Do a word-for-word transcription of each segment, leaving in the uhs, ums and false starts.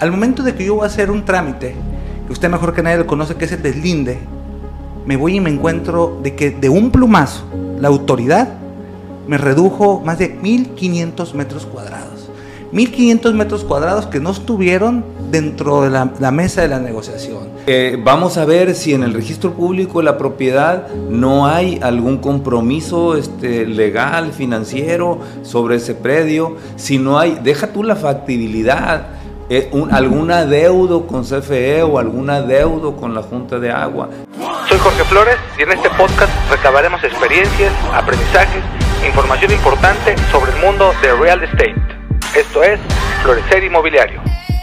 Al momento de que yo voy a hacer un trámite, que usted mejor que nadie lo conoce, que es el deslinde, me voy y me encuentro de que de un plumazo la autoridad me redujo más de mil quinientos metros cuadrados. mil quinientos metros cuadrados que no estuvieron dentro de la, la mesa de la negociación. Eh, vamos a ver si en el registro público de la propiedad no hay algún compromiso este, legal, financiero sobre ese predio. Si no hay, deja tú la factibilidad, eh, un, algún adeudo con C F E o algún adeudo con la Junta de Agua. Soy Jorge Flores y en este podcast recabaremos experiencias, aprendizajes, información importante sobre el mundo de real estate. Esto es Florecer Inmobiliario.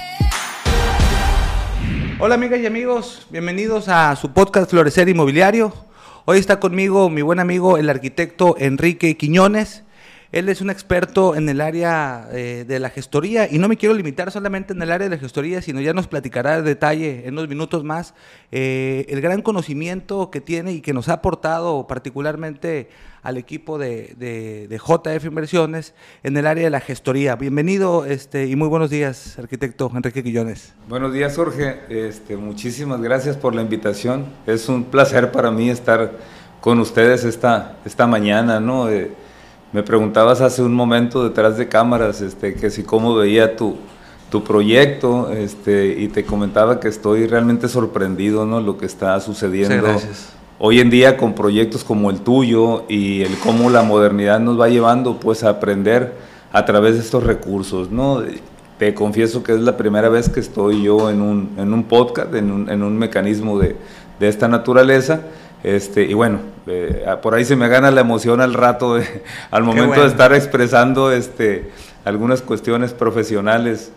Hola amigas y amigos, bienvenidos a su podcast Florecer Inmobiliario. Hoy está conmigo mi buen amigo el arquitecto Enrique Quiñones. Él es un experto en el área eh, de la gestoría y no me quiero limitar solamente en el área de la gestoría, sino ya nos platicará de detalle en unos minutos más eh, el gran conocimiento que tiene y que nos ha aportado particularmente al equipo de, de, de J F Inversiones en el área de la gestoría. Bienvenido este, y muy buenos días, arquitecto Enrique Quiñones. Buenos días, Jorge. Este, muchísimas gracias por la invitación. Es un placer para mí estar con ustedes esta, esta mañana, ¿no? Eh, Me preguntabas hace un momento detrás de cámaras este, que si cómo veía tu, tu proyecto este, y te comentaba que estoy realmente sorprendido, ¿no? Lo que está sucediendo hoy en día con proyectos como el tuyo y el cómo la modernidad nos va llevando pues a aprender a través de estos recursos, ¿no? Te confieso que es la primera vez que estoy yo en un, en un podcast, en un, en un mecanismo de, de esta naturaleza. Este, y bueno, eh, por ahí se me gana la emoción al rato, de, al momento bueno. de estar expresando este, algunas cuestiones profesionales.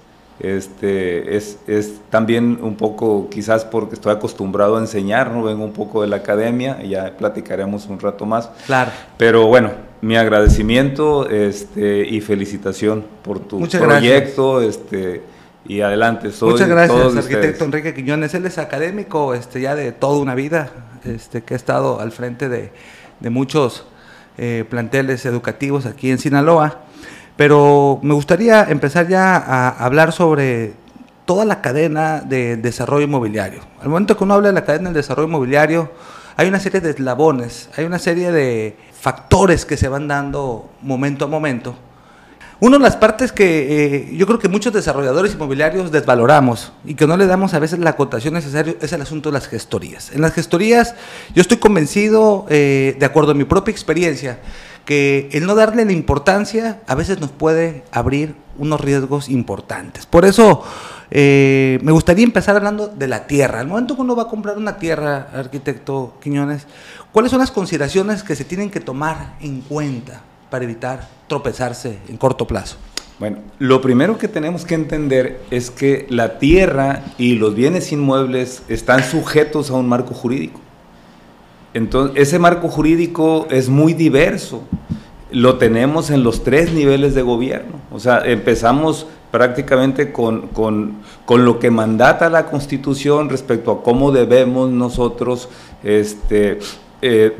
Este, es, es también un poco, quizás porque estoy acostumbrado a enseñar, ¿no? Vengo un poco de la academia, y ya platicaremos un rato más. Claro. Pero bueno, mi agradecimiento este, y felicitación por tu Muchas proyecto. Este, y adelante, soy Muchas gracias, todos arquitecto ustedes. Enrique Quiñones. Él es académico este, ya de toda una vida, este, que ha estado al frente de, de muchos eh, planteles educativos aquí en Sinaloa. Pero me gustaría empezar ya a hablar sobre toda la cadena de desarrollo inmobiliario. Al momento que uno habla de la cadena del desarrollo inmobiliario, hay una serie de eslabones, hay una serie de factores que se van dando momento a momento. Una de las partes que eh, yo creo que muchos desarrolladores inmobiliarios desvaloramos y que no le damos a veces la acotación necesaria es el asunto de las gestorías. En las gestorías yo estoy convencido, eh, de acuerdo a mi propia experiencia, que el no darle la importancia a veces nos puede abrir unos riesgos importantes. Por eso eh, me gustaría empezar hablando de la tierra. Al momento que uno va a comprar una tierra, arquitecto Quiñones, ¿cuáles son las consideraciones que se tienen que tomar en cuenta para evitar tropezarse en corto plazo? Bueno, lo primero que tenemos que entender es que la tierra y los bienes inmuebles están sujetos a un marco jurídico. Entonces, ese marco jurídico es muy diverso. Lo tenemos en los tres niveles de gobierno. O sea, empezamos prácticamente con, con, con lo que mandata la Constitución respecto a cómo debemos nosotros este, eh,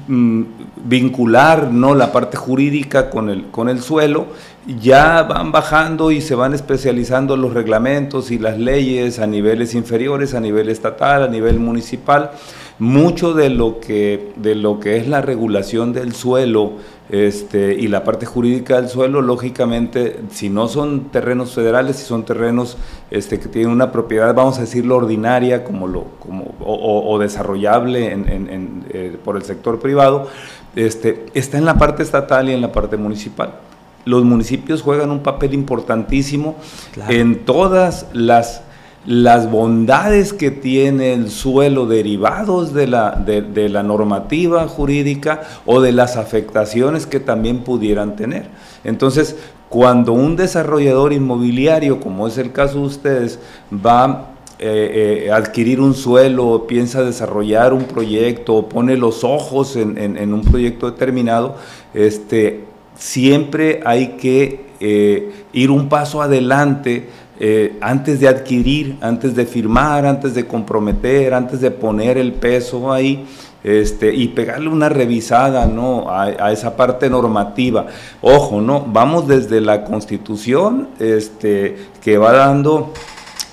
vincular, ¿no?, la parte jurídica con el, con el suelo. Ya van bajando y se van especializando los reglamentos y las leyes a niveles inferiores, a nivel estatal, a nivel municipal. Mucho de lo que, de lo que es la regulación del suelo este, y la parte jurídica del suelo, lógicamente, si no son terrenos federales, si son terrenos este, que tienen una propiedad, vamos a decirlo, ordinaria como lo, como, o, o desarrollable en, en, en, eh, por el sector privado, este, está en la parte estatal y en la parte municipal. Los municipios juegan un papel importantísimo, claro, en todas las... las bondades que tiene el suelo derivados de la, de, de la normativa jurídica o de las afectaciones que también pudieran tener. Entonces, cuando un desarrollador inmobiliario, como es el caso de ustedes, va eh, eh, a adquirir un suelo, piensa desarrollar un proyecto o pone los ojos en, en, en un proyecto determinado, este, siempre hay que eh, ir un paso adelante. Eh, antes de adquirir, antes de firmar, antes de comprometer, antes de poner el peso ahí, este, y pegarle una revisada, ¿no?, a, a esa parte normativa. Ojo, ¿no?, vamos desde la Constitución, este, que va dando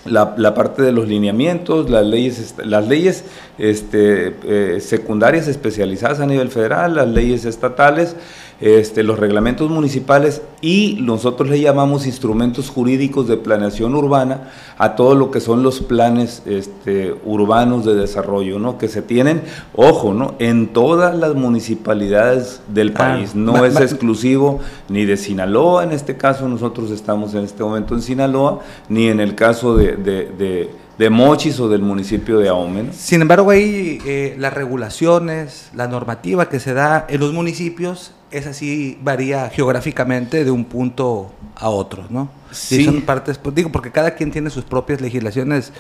La, la parte de los lineamientos, las leyes, las leyes este, eh, secundarias especializadas a nivel federal, las leyes estatales, este, los reglamentos municipales y nosotros le llamamos instrumentos jurídicos de planeación urbana a todo lo que son los planes este, urbanos de desarrollo, ¿no? Que se tienen, ojo, ¿no? En todas las municipalidades del país, no ah, es ma, exclusivo ni de Sinaloa, en este caso nosotros estamos en este momento en Sinaloa, ni en el caso de, de, de, de Mochis o del municipio de Ahome, ¿no? Sin embargo, ahí eh, las regulaciones, la normativa que se da en los municipios, es así, varía geográficamente de un punto a otro, ¿no? Sí. Y son partes, pues, digo, porque cada quien tiene sus propias legislaciones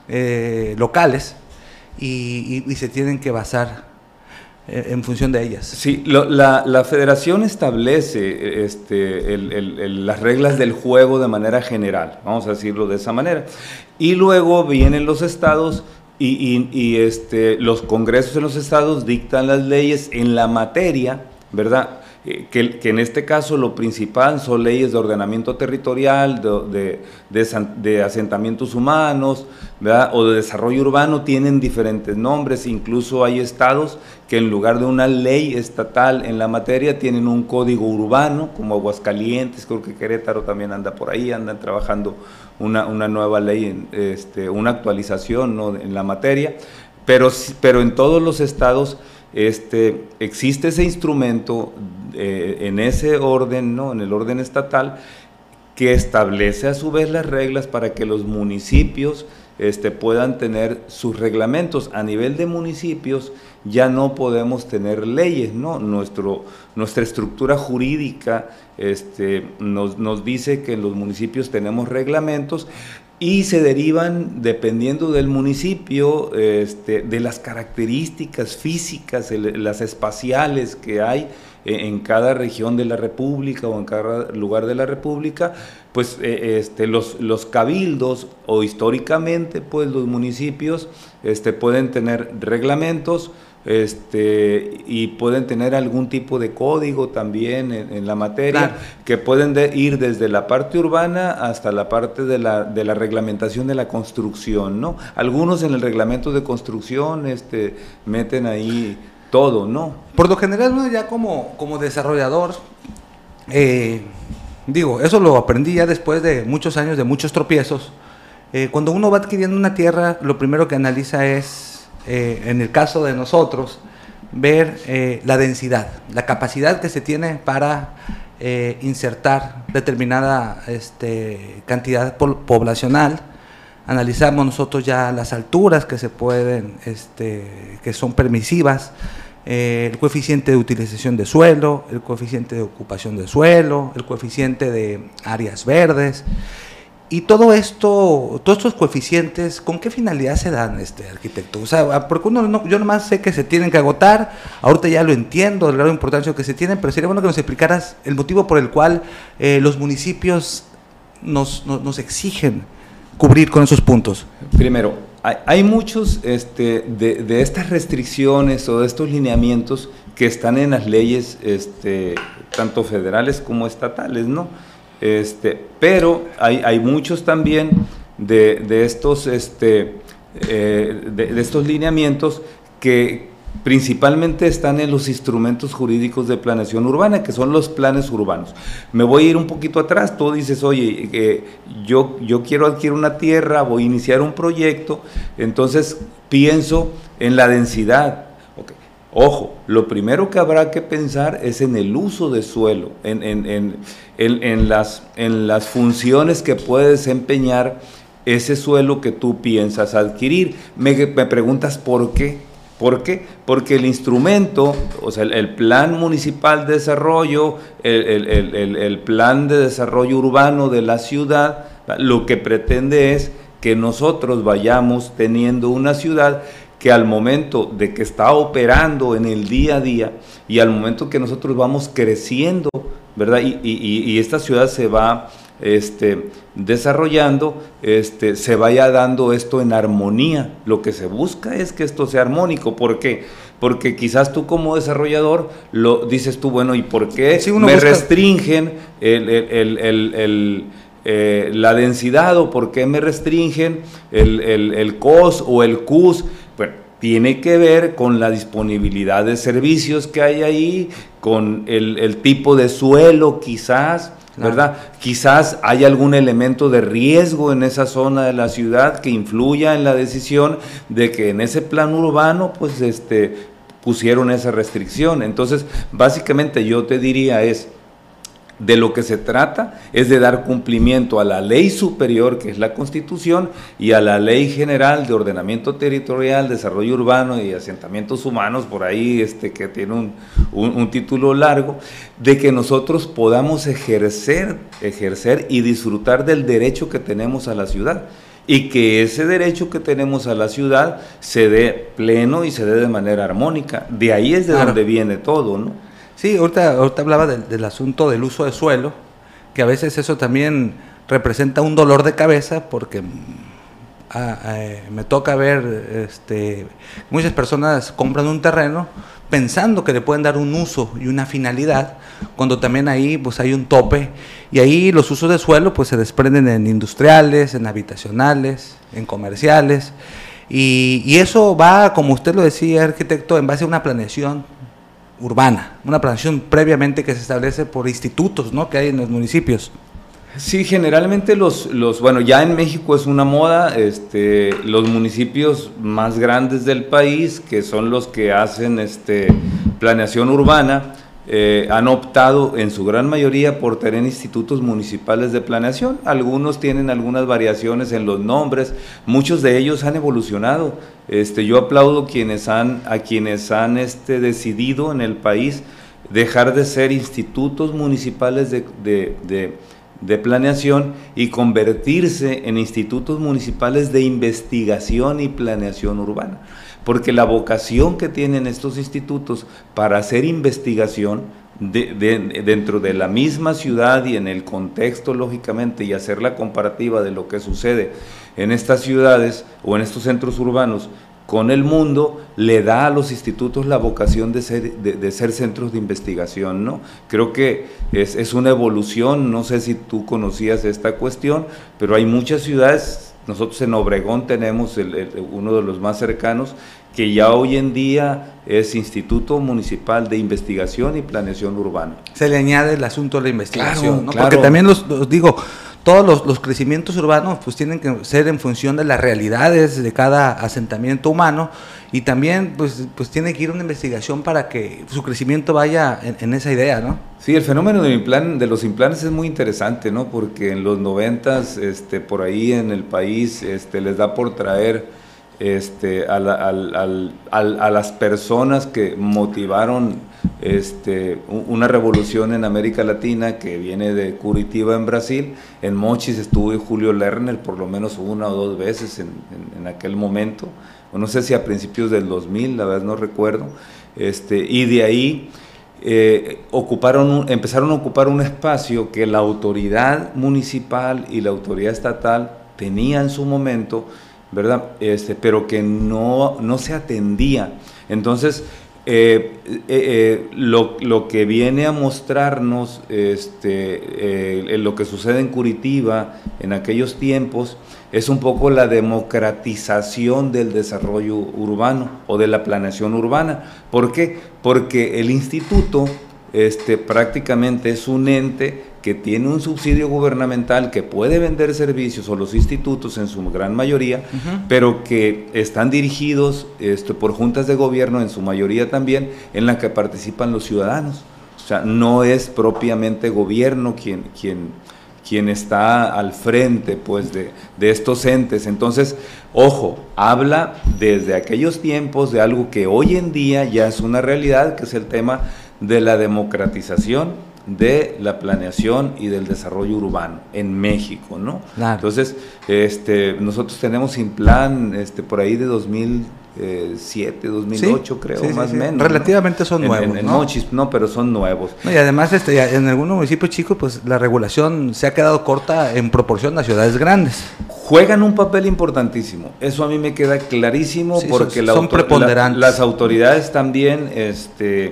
eh, locales y, y, y se tienen que basar eh, en función de ellas. Sí, lo, la, la federación establece este, el, el, el, las reglas del juego de manera general, vamos a decirlo de esa manera, y luego vienen los estados y, y, y este, los congresos en los estados dictan las leyes en la materia, ¿verdad? Que, que en este caso lo principal son leyes de ordenamiento territorial, de, de, de, de asentamientos humanos, ¿verdad? O de desarrollo urbano, tienen diferentes nombres, incluso hay estados que en lugar de una ley estatal en la materia tienen un código urbano, como Aguascalientes, creo que Querétaro también anda por ahí, andan trabajando una, una nueva ley, este, una actualización, ¿no? En la materia, pero, pero en todos los estados Este, existe ese instrumento eh, en ese orden, ¿no? En el orden estatal, que establece a su vez las reglas para que los municipios este, puedan tener sus reglamentos. A nivel de municipios ya no podemos tener leyes, ¿no? Nuestro, nuestra estructura jurídica este, nos, nos dice que en los municipios tenemos reglamentos y se derivan, dependiendo del municipio, este, de las características físicas, el, las espaciales que hay en cada región de la República o en cada lugar de la República, pues eh, este, los, los cabildos o históricamente pues los municipios este, pueden tener reglamentos este, y pueden tener algún tipo de código también en, en la materia, claro, que pueden de, ir desde la parte urbana hasta la parte de la, de la reglamentación de la construcción, ¿no? Algunos en el reglamento de construcción este, meten ahí todo, ¿no? Por lo general, uno ya como, como desarrollador, eh, digo, eso lo aprendí ya después de muchos años, de muchos tropiezos. Eh, cuando uno va adquiriendo una tierra, lo primero que analiza es, eh, en el caso de nosotros, ver eh, la densidad, la capacidad que se tiene para eh, insertar determinada este, cantidad poblacional. Analizamos nosotros ya las alturas que se pueden, este, que son permisivas, eh, el coeficiente de utilización de suelo, el coeficiente de ocupación de suelo, el coeficiente de áreas verdes, y todo esto, todos estos coeficientes, ¿con qué finalidad se dan, este arquitecto? O sea, porque uno no, yo nomás sé que se tienen que agotar, ahorita ya lo entiendo, el grado de importancia que se tienen, pero sería bueno que nos explicaras el motivo por el cual eh, los municipios nos, nos, nos exigen cubrir con esos puntos. Primero, hay, hay muchos este, de, de estas restricciones o de estos lineamientos que están en las leyes este, tanto federales como estatales, ¿no? Este, pero hay, hay muchos también de, de, estos, este, eh, de, de estos lineamientos que principalmente están en los instrumentos jurídicos de planeación urbana, que son los planes urbanos. Me voy a ir un poquito atrás. Tú dices, oye, eh, yo, yo quiero adquirir una tierra, voy a iniciar un proyecto, entonces pienso en la densidad. Okay. Ojo, lo primero que habrá que pensar es en el uso de suelo, en, en, en, en, en, las, en las funciones que puede desempeñar ese suelo que tú piensas adquirir. Me, me preguntas por qué. ¿Por qué? Porque el instrumento, o sea, el, el plan municipal de desarrollo, el, el, el, el plan de desarrollo urbano de la ciudad, lo que pretende es que nosotros vayamos teniendo una ciudad que al momento de que está operando en el día a día y al momento que nosotros vamos creciendo, ¿verdad? Y, y, y esta ciudad se va este, desarrollando, este, se vaya dando esto en armonía. Lo que se busca es que esto sea armónico. ¿Por qué? Porque quizás tú como desarrollador lo dices tú, bueno, ¿y por qué sí, me busca... restringen el, el, el, el, el eh, la densidad o por qué me restringen el, el, el C O S o el C U S? Bueno, tiene que ver con la disponibilidad de servicios que hay ahí, con el, el tipo de suelo quizás, ¿verdad? Claro. Quizás hay algún elemento de riesgo en esa zona de la ciudad que influya en la decisión de que en ese plan urbano pues este, pusieron esa restricción. Entonces, básicamente yo te diría es, de lo que se trata es de dar cumplimiento a la ley superior, que es la Constitución, y a la Ley General de Ordenamiento Territorial, Desarrollo Urbano y Asentamientos Humanos, por ahí este, que tiene un, un, un título largo, de que nosotros podamos ejercer, ejercer y disfrutar del derecho que tenemos a la ciudad, y que ese derecho que tenemos a la ciudad se dé pleno y se dé de manera armónica. De ahí es de claro. donde viene todo, ¿no? Sí, ahorita, ahorita hablaba del, del asunto del uso de suelo, que a veces eso también representa un dolor de cabeza, porque a, a, me toca ver, este, muchas personas compran un terreno pensando que le pueden dar un uso y una finalidad, cuando también ahí pues hay un tope, y ahí los usos de suelo pues se desprenden en industriales, en habitacionales, en comerciales, y, y eso va, como usted lo decía, arquitecto, en base a una planeación urbana, una planeación previamente que se establece por institutos, ¿no?, que hay en los municipios. Sí, generalmente los, los, bueno, ya en México es una moda, este, los municipios más grandes del país, que son los que hacen este, planeación urbana, eh, han optado en su gran mayoría por tener institutos municipales de planeación. Algunos tienen algunas variaciones en los nombres, muchos de ellos han evolucionado. Este, yo aplaudo quienes han, a quienes han este, decidido en el país dejar de ser institutos municipales de, de, de, de planeación y convertirse en institutos municipales de investigación y planeación urbana. Porque la vocación que tienen estos institutos para hacer investigación de, de, dentro de la misma ciudad y en el contexto, lógicamente, y hacer la comparativa de lo que sucede en estas ciudades o en estos centros urbanos con el mundo, le da a los institutos la vocación de ser, de, de ser centros de investigación, ¿no? Creo que es, es una evolución, no sé si tú conocías esta cuestión, pero hay muchas ciudades, nosotros en Obregón tenemos el, el, uno de los más cercanos, que ya hoy en día es Instituto Municipal de Investigación y Planeación Urbana. Se le añade el asunto de la investigación, claro, ¿no? Claro. Porque también los, los digo, todos los, los crecimientos urbanos pues tienen que ser en función de las realidades de cada asentamiento humano, y también pues, pues tiene que ir una investigación para que su crecimiento vaya en, en esa idea, ¿no? Sí, el fenómeno de, implan, de los implantes es muy interesante, ¿no? Porque en los noventas, este, por ahí en el país, este, les da por traer este, a, la, al, al, al, a las personas que motivaron este, una revolución en América Latina, que viene de Curitiba en Brasil. En Mochis estuvo Julio Lerner por lo menos una o dos veces en, en, en aquel momento, o no sé si a principios del dos mil, la verdad no recuerdo, este, y de ahí eh, ocuparon un, empezaron a ocupar un espacio que la autoridad municipal y la autoridad estatal tenía en su momento, ¿verdad? Este, pero que no, no se atendía. Entonces, eh, eh, eh, lo, lo que viene a mostrarnos este, eh, lo que sucede en Curitiba en aquellos tiempos es un poco la democratización del desarrollo urbano o de la planeación urbana. ¿Por qué? Porque el instituto este, prácticamente es un ente que tiene un subsidio gubernamental, que puede vender servicios, o los institutos en su gran mayoría, uh-huh. pero que están dirigidos este, por juntas de gobierno en su mayoría también, en la que participan los ciudadanos. O sea, no es propiamente gobierno quien, quien, quien está al frente pues, de, de estos entes. Entonces, ojo, habla desde aquellos tiempos de algo que hoy en día ya es una realidad, que es el tema de la democratización de la planeación y del desarrollo urbano en México, ¿no? Claro. Entonces, este, nosotros tenemos Implan este, por ahí de dos mil siete, dos mil ocho, sí, creo, sí, más o sí, sí. menos. Relativamente, ¿no? Son nuevos, en, en, ¿no? En Mochis, no, pero son nuevos. No, y además, este, en algunos municipios chicos, pues la regulación se ha quedado corta en proporción a ciudades grandes. Juegan un papel importantísimo, eso a mí me queda clarísimo, sí, porque son, la son autor, preponderantes. La, las autoridades también, este...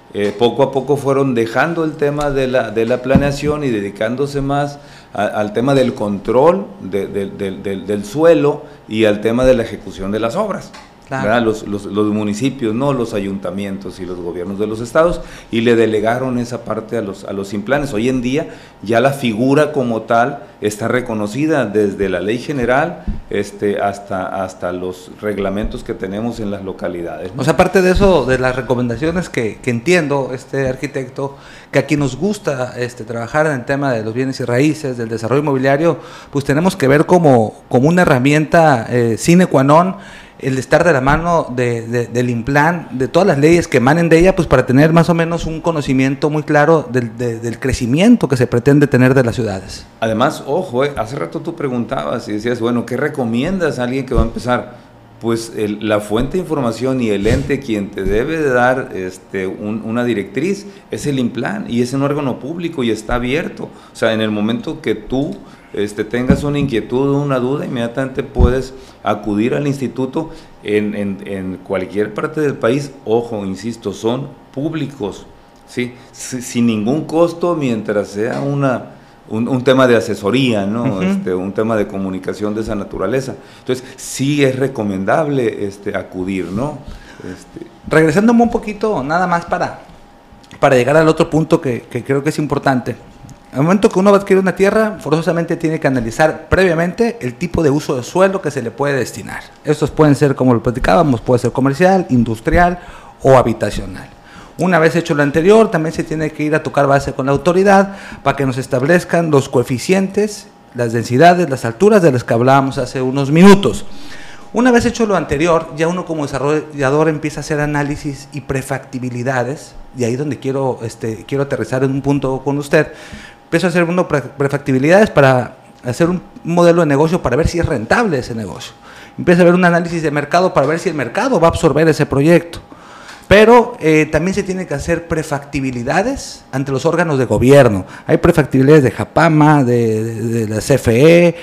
eh, poco a poco fueron dejando el tema de la, de la planeación y dedicándose más a, al tema del control de, de, de, de, del suelo y al tema de la ejecución de las obras. Claro. Los, los, los municipios, no los ayuntamientos y los gobiernos de los estados, y le delegaron esa parte a los, a los Simplanes. Hoy en día ya la figura como tal está reconocida desde la ley general este, hasta, hasta los reglamentos que tenemos en las localidades, ¿no? O sea, aparte de eso, de las recomendaciones que, que entiendo, este arquitecto, que aquí nos gusta este, trabajar en el tema de los bienes y raíces, del desarrollo inmobiliario, pues tenemos que ver como, como una herramienta eh, sine qua non el estar de la mano de, de, del INPLAN, de todas las leyes que emanen de ella, pues para tener más o menos un conocimiento muy claro del, de, del crecimiento que se pretende tener de las ciudades. Además, ojo, eh, hace rato tú preguntabas y decías, bueno, ¿qué recomiendas a alguien que va a empezar? Pues el, la fuente de información y el ente quien te debe de dar este, un, una directriz es el INPLAN, y es un órgano público y está abierto. O sea, en el momento que tú este, tengas una inquietud o una duda, inmediatamente puedes acudir al instituto en, en, en cualquier parte del país. Ojo, insisto, son públicos, ¿sí? S- sin ningún costo, mientras sea una... Un, un tema de asesoría, ¿no? Uh-huh. este, un tema de comunicación de esa naturaleza. Entonces, sí es recomendable este, acudir, ¿no? Este. Regresándome un poquito, nada más para, para llegar al otro punto que, que creo que es importante. Al momento que uno va a adquirir una tierra, forzosamente tiene que analizar previamente el tipo de uso de suelo que se le puede destinar. Estos pueden ser, como lo platicábamos, puede ser comercial, industrial o habitacional. Una vez hecho lo anterior, también se tiene que ir a tocar base con la autoridad para que nos establezcan los coeficientes, las densidades, las alturas de las que hablábamos hace unos minutos. Una vez hecho lo anterior, ya uno como desarrollador empieza a hacer análisis y prefactibilidades, y ahí es donde quiero, este, quiero aterrizar en un punto con usted. Empiezo a hacer uno pre prefactibilidades para hacer un modelo de negocio para ver si es rentable ese negocio. Empieza a ver un análisis de mercado para ver si el mercado va a absorber ese proyecto. Pero eh, también se tiene que hacer prefactibilidades ante los órganos de gobierno. Hay prefactibilidades de JAPAMA, de, de, de la C F E,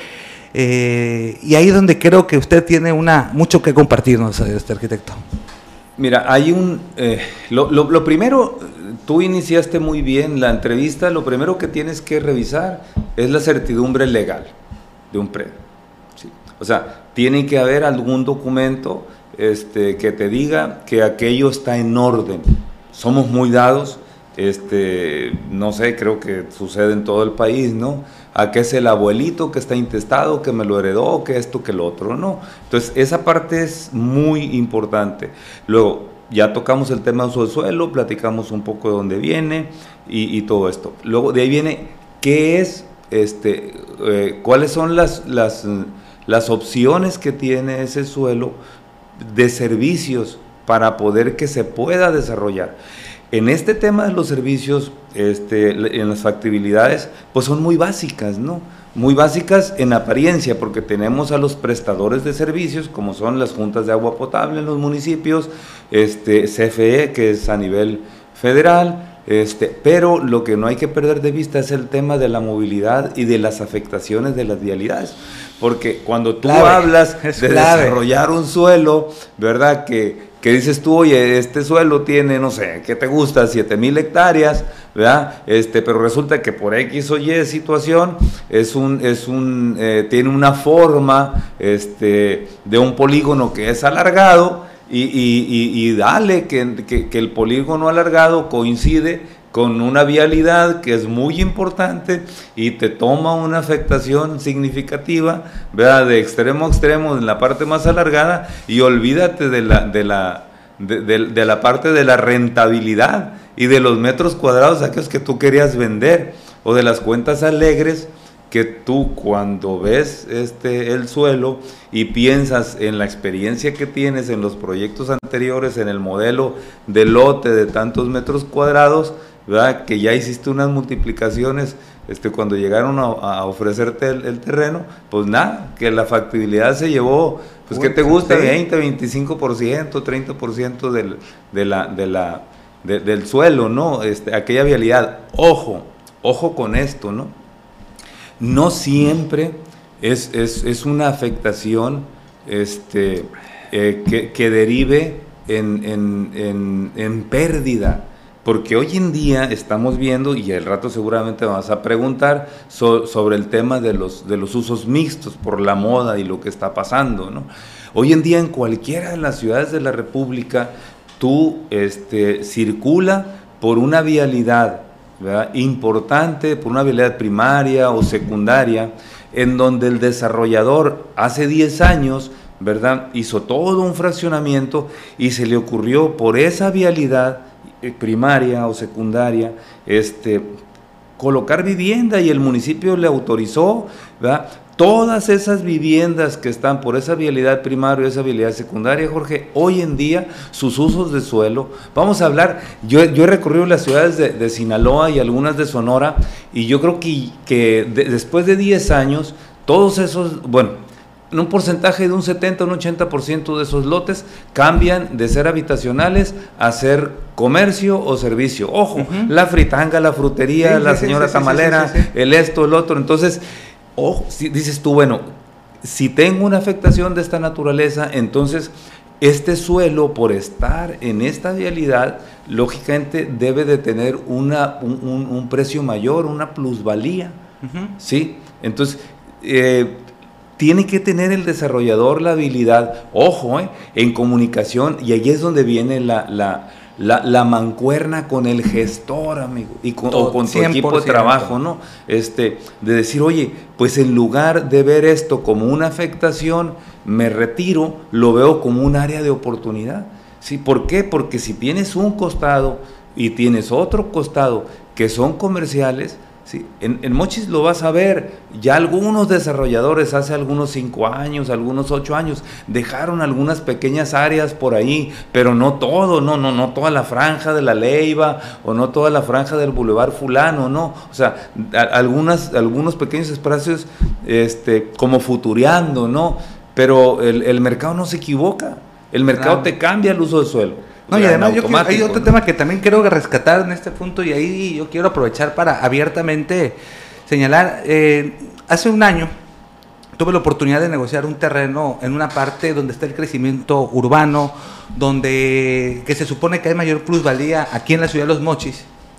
eh, y ahí es donde creo que usted tiene una mucho que compartirnos, este arquitecto. Mira, hay un... Eh, lo, lo, lo primero, tú iniciaste muy bien la entrevista, lo primero que tienes que revisar es la certidumbre legal de un predio, ¿sí? O sea, tiene que haber algún documento Este, que te diga que aquello está en orden. Somos muy dados, este, no sé, creo que sucede en todo el país, ¿no? A que es el abuelito que está intestado, que me lo heredó, que esto, que lo otro, ¿no? Entonces, esa parte es muy importante. Luego, ya tocamos el tema de uso del suelo, platicamos un poco de dónde viene y, y todo esto. Luego, de ahí viene, ¿qué es, este, eh, cuáles son las, las, las opciones que tiene ese suelo de servicios para poder que se pueda desarrollar? En este tema de los servicios, este, en las factibilidades, pues son muy básicas, ¿no? Muy básicas en apariencia, porque tenemos a los prestadores de servicios, como son las juntas de agua potable en los municipios, este, C F E, que es a nivel federal, este, pero lo que no hay que perder de vista es el tema de la movilidad y de las afectaciones de las vialidades. Porque cuando tú clave, hablas de clave. desarrollar un suelo, ¿verdad? Que, que dices tú, oye, este suelo tiene, no sé, ¿qué te gusta? siete mil hectáreas, ¿verdad? Este, pero resulta que por X o Y situación es un, es un, eh, tiene una forma este, de un polígono que es alargado y, y, y, y dale, que, que, que el polígono alargado coincide con una vialidad que es muy importante y te toma una afectación significativa, ¿verdad? De extremo a extremo en la parte más alargada, y olvídate de la, de la, de, de, de la parte de la rentabilidad y de los metros cuadrados aquellos que tú querías vender, o de las cuentas alegres que tú cuando ves este, el suelo y piensas en la experiencia que tienes en los proyectos anteriores, en el modelo de lote de tantos metros cuadrados, ¿verdad? Que ya hiciste unas multiplicaciones este, cuando llegaron a, a ofrecerte el, el terreno, pues nada, que la factibilidad se llevó, pues ¿qué te gusta? veinte, veinticinco por ciento, treinta por ciento del, de la, de la, de, del suelo, ¿no? Este, aquella vialidad. Ojo, ojo con esto, ¿no? No siempre es, es, es una afectación este, eh, que, que derive en, en, en, en pérdida. Porque hoy en día estamos viendo, y al rato seguramente vas a preguntar so, sobre el tema de los, de los usos mixtos por la moda y lo que está pasando, ¿no? Hoy en día en cualquiera de las ciudades de la República, tú este, circula por una vialidad, ¿verdad?, importante, por una vialidad primaria o secundaria, en donde el desarrollador hace diez años, ¿verdad?, hizo todo un fraccionamiento y se le ocurrió por esa vialidad primaria o secundaria, este, colocar vivienda, y el municipio le autorizó, ¿verdad? Todas esas viviendas que están por esa vialidad primaria o esa vialidad secundaria, Jorge, hoy en día sus usos de suelo, vamos a hablar, yo, yo he recorrido las ciudades de, de Sinaloa y algunas de Sonora, y yo creo que, que de, después de diez años, todos esos, bueno, en un porcentaje de un setenta, un ochenta por ciento de esos lotes cambian de ser habitacionales a ser comercio o servicio. Ojo, uh-huh. La fritanga, la frutería, sí, la sí, señora sí, tamalera, sí, sí, sí, sí. el esto, el otro. Entonces, ojo, si dices tú, bueno, si tengo una afectación de esta naturaleza, entonces este suelo, por estar en esta vialidad, lógicamente debe de tener una, un, un, un precio mayor, una plusvalía, uh-huh. ¿sí? Entonces, eh, tiene que tener el desarrollador la habilidad, ojo, eh, en comunicación, y ahí es donde viene la, la, la, la mancuerna con el gestor, amigo, y con, o con tu equipo de trabajo, ¿no? Este, de decir, oye, pues en lugar de ver esto como una afectación, me retiro, lo veo como un área de oportunidad. ¿Sí? ¿Por qué? Porque si tienes un costado y tienes otro costado que son comerciales, sí, en, en Mochis lo vas a ver, ya algunos desarrolladores hace algunos cinco años, algunos ocho años, dejaron algunas pequeñas áreas por ahí, pero no todo, no, no, no toda la franja de la Leiva, o no toda la franja del Boulevard fulano, no, o sea, a, algunas, algunos pequeños espacios este, como futureando, ¿no? Pero el, el mercado no se equivoca, el mercado claro. te cambia el uso del suelo. No, y además yo quiero, hay otro ¿no? tema que también quiero rescatar en este punto, y ahí yo quiero aprovechar para abiertamente señalar. Eh, hace un año tuve la oportunidad de negociar un terreno en una parte donde está el crecimiento urbano, donde que se supone que hay mayor plusvalía aquí en la ciudad de Los Mochis,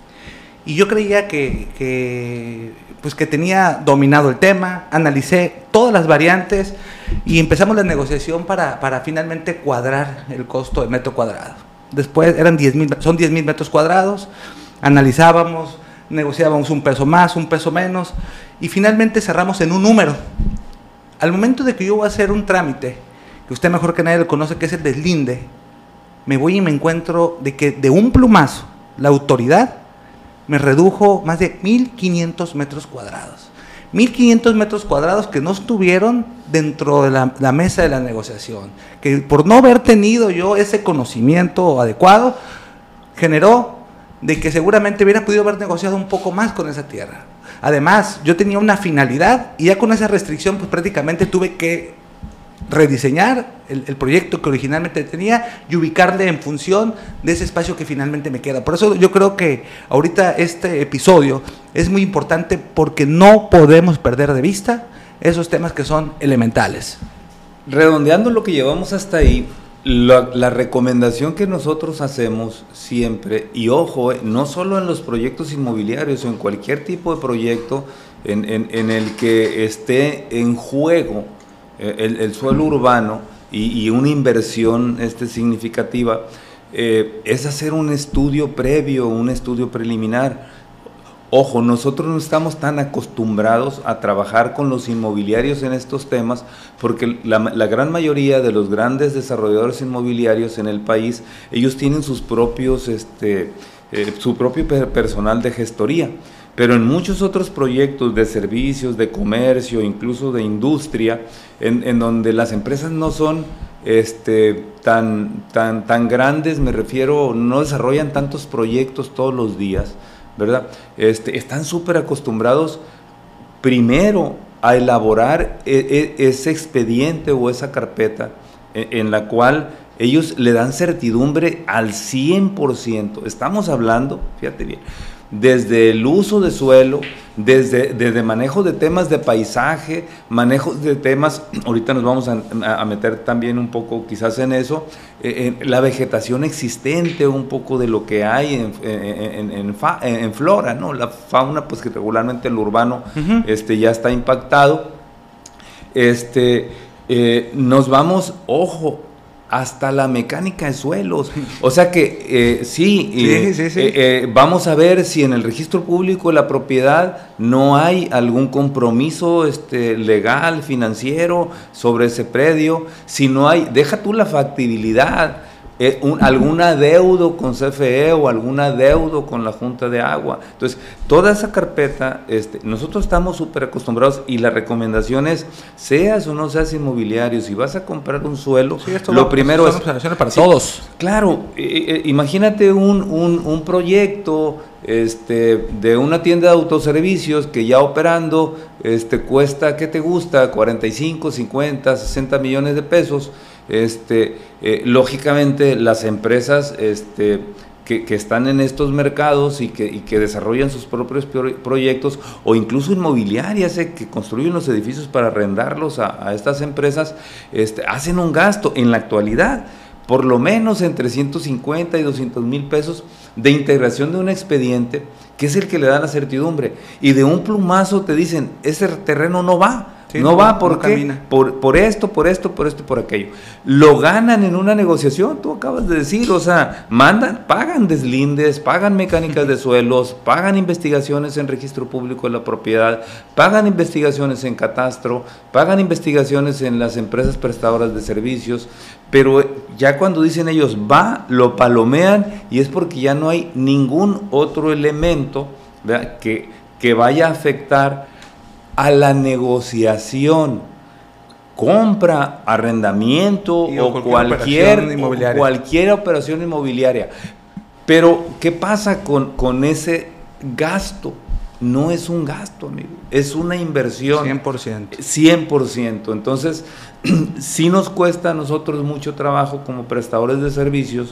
y yo creía que, que, pues que tenía dominado el tema, analicé todas las variantes y empezamos la negociación para, para finalmente cuadrar el costo de metro cuadrado. Después eran diez mil, son diez mil metros cuadrados, analizábamos, negociábamos un peso más, un peso menos, y finalmente cerramos en un número. Al momento de que yo voy a hacer un trámite, que usted mejor que nadie lo conoce, que es el deslinde, me voy y me encuentro de que de un plumazo la autoridad me redujo más de mil quinientos metros cuadrados. mil quinientos metros cuadrados que no estuvieron dentro de la, la mesa de la negociación, que por no haber tenido yo ese conocimiento adecuado, generó de que seguramente hubiera podido haber negociado un poco más con esa tierra. Además, yo tenía una finalidad, y ya con esa restricción pues prácticamente tuve que rediseñar el, el proyecto que originalmente tenía y ubicarle en función de ese espacio que finalmente me queda. Por eso yo creo que ahorita este episodio es muy importante, porque no podemos perder de vista esos temas que son elementales. Redondeando lo que llevamos hasta ahí, la, la recomendación que nosotros hacemos siempre, y ojo, eh, no solo en los proyectos inmobiliarios, o en cualquier tipo de proyecto en, en, en el que esté en juego El, el suelo urbano y, y una inversión este, significativa, eh, es hacer un estudio previo, un estudio preliminar. Ojo, nosotros no estamos tan acostumbrados a trabajar con los inmobiliarios en estos temas, porque la, la gran mayoría de los grandes desarrolladores inmobiliarios en el país, ellos tienen sus propios, este, eh, su propio personal de gestoría. Pero en muchos otros proyectos de servicios, de comercio, incluso de industria, en, en donde las empresas no son este, tan, tan, tan grandes, me refiero, no desarrollan tantos proyectos todos los días, ¿verdad? Este, están súper acostumbrados primero a elaborar e, e, ese expediente o esa carpeta en, en la cual ellos le dan certidumbre al cien por ciento. Estamos hablando, fíjate bien, desde el uso de suelo, desde, desde manejo de temas de paisaje, manejo de temas, ahorita nos vamos a, a meter también un poco quizás en eso, eh, en la vegetación existente, un poco de lo que hay en, en, en, fa, en flora, ¿no? La fauna, pues que regularmente el urbano uh-huh. este, ya está impactado. Este, eh, nos vamos, ojo, hasta la mecánica de suelos, o sea que eh, sí, sí, eh, sí, sí. Eh, eh, vamos a ver si en el registro público de la propiedad no hay algún compromiso este, legal, financiero sobre ese predio, si no hay, deja tú la factibilidad, eh, un, algún adeudo con C F E o algún adeudo con la Junta de Agua. Entonces, toda esa carpeta, este, nosotros estamos súper acostumbrados y la recomendación es, seas o no seas inmobiliario, si vas a comprar un suelo, sí, esto lo va, primero es... para sí, todos. Claro, eh, eh, imagínate un, un, un proyecto este, de una tienda de autoservicios que ya operando este, cuesta, ¿qué te gusta? cuarenta y cinco, cincuenta, sesenta millones de pesos. Este, eh, lógicamente las empresas este, que, que están en estos mercados y que, y que desarrollan sus propios proyectos o incluso inmobiliarias eh, que construyen los edificios para arrendarlos a, a estas empresas, este, hacen un gasto en la actualidad por lo menos entre ciento cincuenta y doscientos mil pesos de integración de un expediente que es el que le da la certidumbre, y de un plumazo te dicen, ese terreno no va. Sí, no, no va, ¿por no qué? Camina. Por, por esto, por esto, por esto, por aquello. Lo ganan en una negociación, tú acabas de decir, o sea, mandan, pagan deslindes, pagan mecánicas de suelos, pagan investigaciones en registro público de la propiedad, pagan investigaciones en catastro, pagan investigaciones en las empresas prestadoras de servicios, pero ya cuando dicen ellos va, lo palomean y es porque ya no hay ningún otro elemento, ¿verdad?, que, que vaya a afectar a la negociación, compra, arrendamiento o, o, cualquier, operación o cualquier operación inmobiliaria. Pero, ¿qué pasa con, con ese gasto? No es un gasto, amigo, es una inversión. cien por ciento. cien por ciento. Entonces, sí nos cuesta a nosotros mucho trabajo como prestadores de servicios,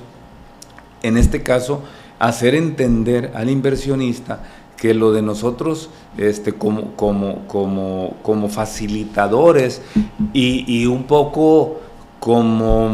en este caso, hacer entender al inversionista que lo de nosotros este, como, como, como, como facilitadores y, y un poco como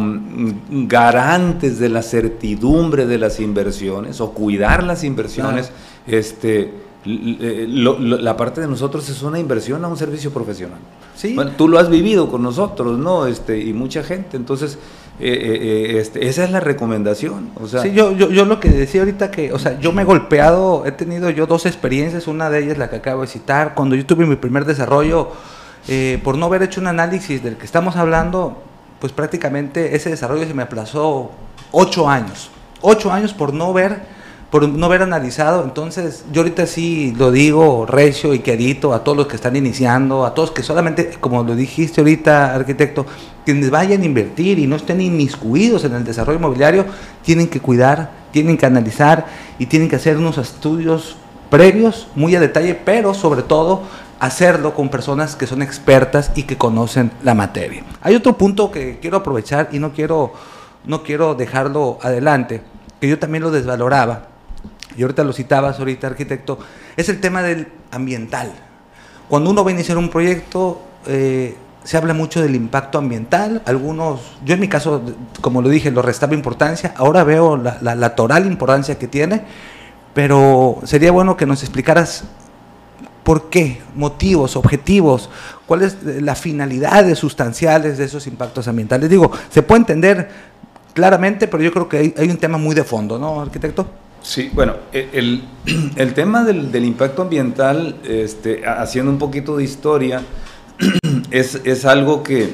garantes de la certidumbre de las inversiones o cuidar las inversiones, claro. este, lo, lo, la parte de nosotros es una inversión a un servicio profesional. Sí. Bueno, tú lo has vivido con nosotros, ¿no? Este, y mucha gente, entonces... Eh, eh, este, esa es la recomendación, o sea, sí, yo, yo, yo lo que decía ahorita que, o sea, yo me he golpeado, he tenido yo dos experiencias, una de ellas la que acabo de citar, cuando yo tuve mi primer desarrollo, eh, por no haber hecho un análisis del que estamos hablando, pues prácticamente ese desarrollo se me aplazó ocho años, ocho años por no ver, por no haber analizado. Entonces yo ahorita sí lo digo recio y quedito a todos los que están iniciando, a todos que solamente, como lo dijiste ahorita, arquitecto, quienes vayan a invertir y no estén inmiscuidos en el desarrollo inmobiliario, tienen que cuidar, tienen que analizar y tienen que hacer unos estudios previos, muy a detalle, pero sobre todo hacerlo con personas que son expertas y que conocen la materia. Hay otro punto que quiero aprovechar y no quiero, no quiero dejarlo adelante, que yo también lo desvaloraba, y ahorita lo citabas ahorita, arquitecto, es el tema del ambiental. Cuando uno va a iniciar un proyecto, eh, se habla mucho del impacto ambiental. Algunos, yo en mi caso, como lo dije, lo restaba importancia, ahora veo la, la, la total importancia que tiene, pero sería bueno que nos explicaras por qué, motivos, objetivos, cuál es la finalidad sustanciales de esos impactos ambientales. Digo, se puede entender claramente, pero yo creo que hay, hay un tema muy de fondo, ¿no, arquitecto? Sí, bueno, el, el tema del, del impacto ambiental, este, haciendo un poquito de historia, es, es algo que,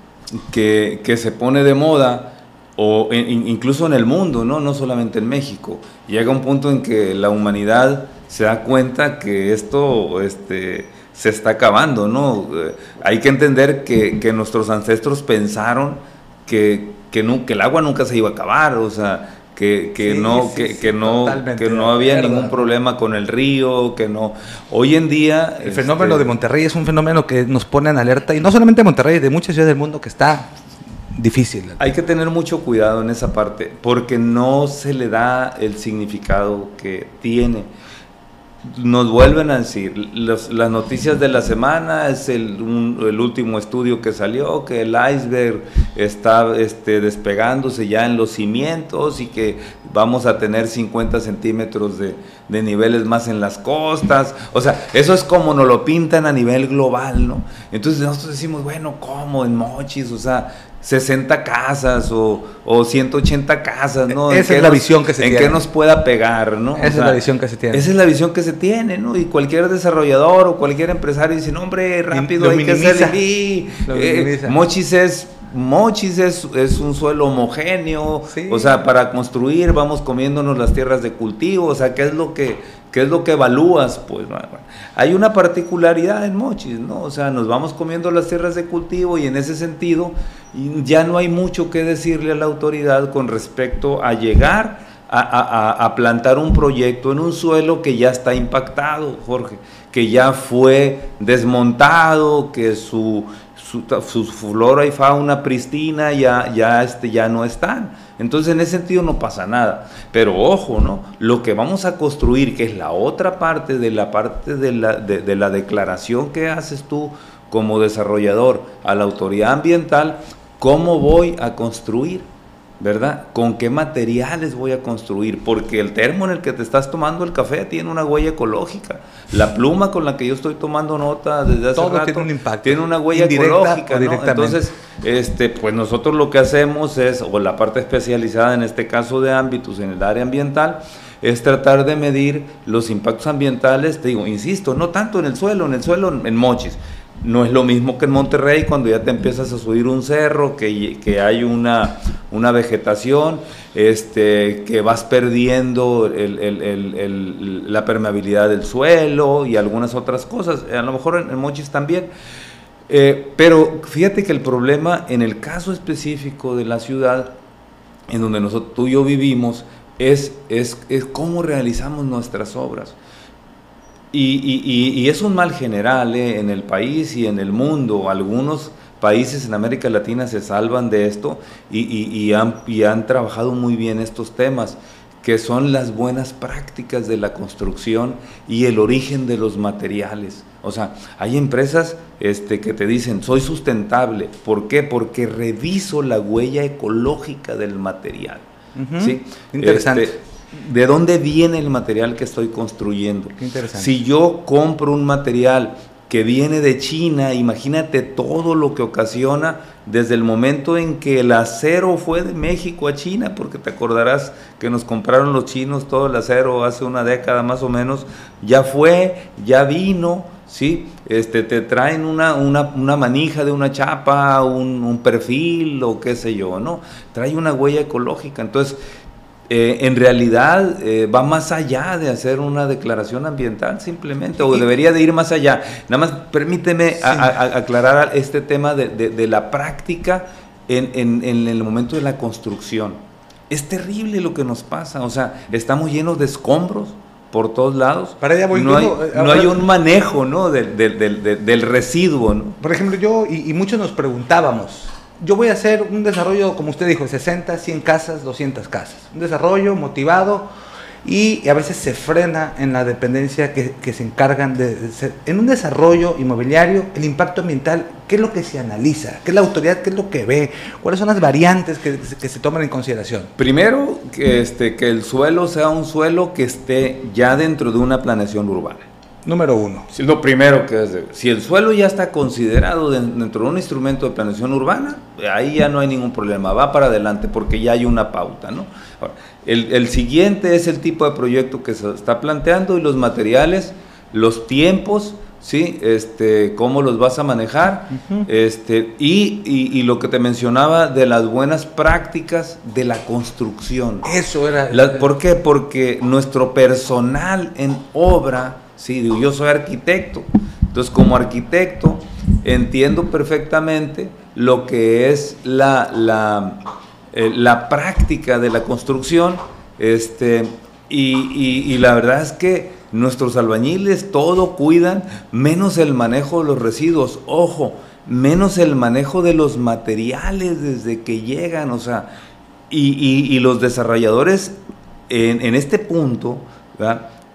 que, que se pone de moda, o en, incluso en el mundo, ¿no? No solamente en México. Llega un punto en que la humanidad se da cuenta que esto este, se está acabando, ¿no? Eh, hay que entender que, que nuestros ancestros pensaron que, que, no, que el agua nunca se iba a acabar, o sea... que, que, sí, no, sí, que, sí, que, no, que no había verdad. ningún problema con el río, que no... Hoy en día... El este, fenómeno de Monterrey es un fenómeno que nos pone en alerta, y no solamente Monterrey, de muchas ciudades del mundo, que está difícil. Hay que tener mucho cuidado en esa parte, porque no se le da el significado que tiene. nos vuelven a decir, los, las noticias de la semana es el, un, el último estudio que salió, que el iceberg está este, despegándose ya en los cimientos y que vamos a tener cincuenta centímetros de, de niveles más en las costas. O sea, eso es como nos lo pintan a nivel global, ¿no? Entonces nosotros decimos, bueno, ¿cómo? En Mochis, o sea, sesenta casas o, o ciento ochenta casas, ¿no? Esa es la nos, visión que se en tiene. En qué nos pueda pegar, ¿no? Esa o sea, es la visión que se tiene. Esa es la visión que se tiene, ¿no? Y cualquier desarrollador o cualquier empresario dice, no, hombre, rápido, lo hay minimiza. que hacer. Y, eh, Mochis es... Mochis es, es un suelo homogéneo, sí. O sea, para construir vamos comiéndonos las tierras de cultivo, o sea, ¿qué es lo que, qué es lo que evalúas? Pues bueno, hay una particularidad en Mochis, ¿no? O sea, nos vamos comiendo las tierras de cultivo y en ese sentido ya no hay mucho que decirle a la autoridad con respecto a llegar a, a, a plantar un proyecto en un suelo que ya está impactado, Jorge, que ya fue desmontado, que su... Su, su flora y fauna pristina ya, ya, este, ya no están. Entonces en ese sentido no pasa nada. Pero ojo, ¿no? Lo que vamos a construir, que es la otra parte de la parte de la, de, de la declaración que haces tú como desarrollador a la autoridad ambiental, ¿cómo voy a construir? ¿Verdad? ¿Con qué materiales voy a construir? Porque el termo en el que te estás tomando el café tiene una huella ecológica. La pluma con la que yo estoy tomando nota desde hace Todo rato tiene un impacto. Tiene una huella ecológica, ¿no? Entonces, este, pues nosotros lo que hacemos es, o la parte especializada en este caso de ámbitos en el área ambiental, es tratar de medir los impactos ambientales, te digo, insisto, no tanto en el suelo, en el suelo en Mochis. No es lo mismo que en Monterrey cuando ya te empiezas a subir un cerro, que, que hay una, una vegetación, este, que vas perdiendo el, el, el, el, la permeabilidad del suelo y algunas otras cosas, a lo mejor en, en Mochis también. Eh, pero fíjate que el problema en el caso específico de la ciudad, en donde nosotros, tú y yo vivimos, es, es, es cómo realizamos nuestras obras. Y, y, y es un mal general eh, en el país y en el mundo. Algunos países en América Latina se salvan de esto y, y, y, han, y han trabajado muy bien estos temas, que son las buenas prácticas de la construcción y el origen de los materiales. O sea, hay empresas este, que te dicen, soy sustentable. ¿Por qué? Porque reviso la huella ecológica del material. Uh-huh. ¿Sí? Interesante. Este, ¿de dónde viene el material que estoy construyendo? Qué interesante. Si yo compro un material que viene de China, imagínate todo lo que ocasiona desde el momento en que el acero fue de México a China, porque te acordarás que nos compraron los chinos todo el acero hace una década más o menos, ya fue, ya vino, ¿sí? Este, te traen una, una, una manija de una chapa, un, un perfil o qué sé yo, ¿no? Trae una huella ecológica, entonces... Eh, en realidad eh, va más allá de hacer una declaración ambiental simplemente, o debería de ir más allá. Nada más permíteme sí. a, a, aclarar este tema de, de, de la práctica en, en, en el momento de la construcción. Es terrible lo que nos pasa, o sea, estamos llenos de escombros por todos lados. Para allá voy, no, hay, yo, no hay un manejo, ¿no? del, del, del, del residuo, ¿no? Por ejemplo, yo y, y muchos nos preguntábamos, yo voy a hacer un desarrollo, como usted dijo, sesenta, cien casas, doscientas casas. Un desarrollo motivado y a veces se frena en la dependencia que, que se encargan de, de ser. En un desarrollo inmobiliario, el impacto ambiental, ¿qué es lo que se analiza? ¿Qué es la autoridad? ¿Qué es lo que ve? ¿Cuáles son las variantes que, que se toman en consideración? Primero, que, este, que el suelo sea un suelo que esté ya dentro de una planeación urbana. Número uno. Sí, lo primero que es, si el suelo ya está considerado dentro de un instrumento de planeación urbana, ahí ya no hay ningún problema, va para adelante porque ya hay una pauta, ¿no? Ahora, el, el siguiente es el tipo de proyecto que se está planteando y los materiales, los tiempos, ¿sí? Este, cómo los vas a manejar, uh-huh. este, y, y, y lo que te mencionaba de las buenas prácticas de la construcción. Eso era... La, ¿Por qué? Porque nuestro personal en obra... Sí, digo, yo soy arquitecto, entonces como arquitecto entiendo perfectamente lo que es la, la, eh, la práctica de la construcción, este, y, y, y la verdad es que nuestros albañiles todo cuidan, menos el manejo de los residuos, ojo, menos el manejo de los materiales desde que llegan, o sea, y, y, y los desarrolladores en, en este punto, ¿verdad?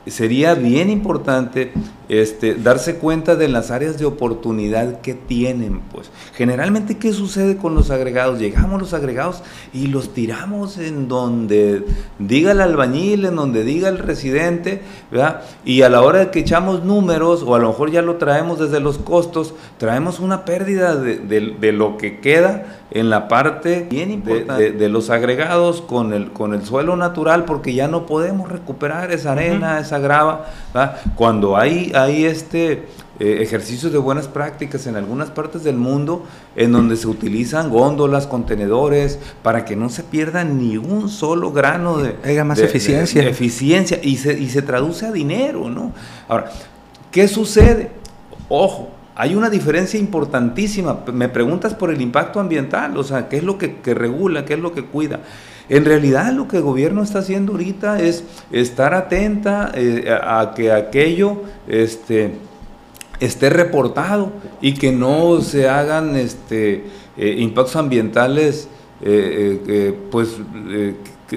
sería bien importante este, darse cuenta de las áreas de oportunidad que tienen. Pues generalmente, ¿qué sucede con los agregados? Llegamos los agregados y los tiramos en donde diga el albañil, en donde diga el residente, ¿verdad? Y a la hora de que echamos números, o a lo mejor ya lo traemos desde los costos, traemos una pérdida de, de, de lo que queda en la parte bien importante de, de, de los agregados con el, con el suelo natural, porque ya no podemos recuperar esa arena, uh-huh. esa grava, ¿verdad? Cuando hay, hay este, eh, ejercicios de buenas prácticas en algunas partes del mundo, en donde se utilizan góndolas, contenedores, para que no se pierda ni un solo grano de, Haya más de, eficiencia. de, de eficiencia, y se, y se traduce a dinero, ¿no? Ahora, ¿qué sucede? Ojo, hay una diferencia importantísima. Me preguntas por el impacto ambiental, o sea, ¿qué es lo que, que regula, qué es lo que cuida? En realidad, lo que el gobierno está haciendo ahorita es estar atenta eh, a, a que aquello este, esté reportado y que no se hagan este, eh, impactos ambientales eh, eh, pues eh,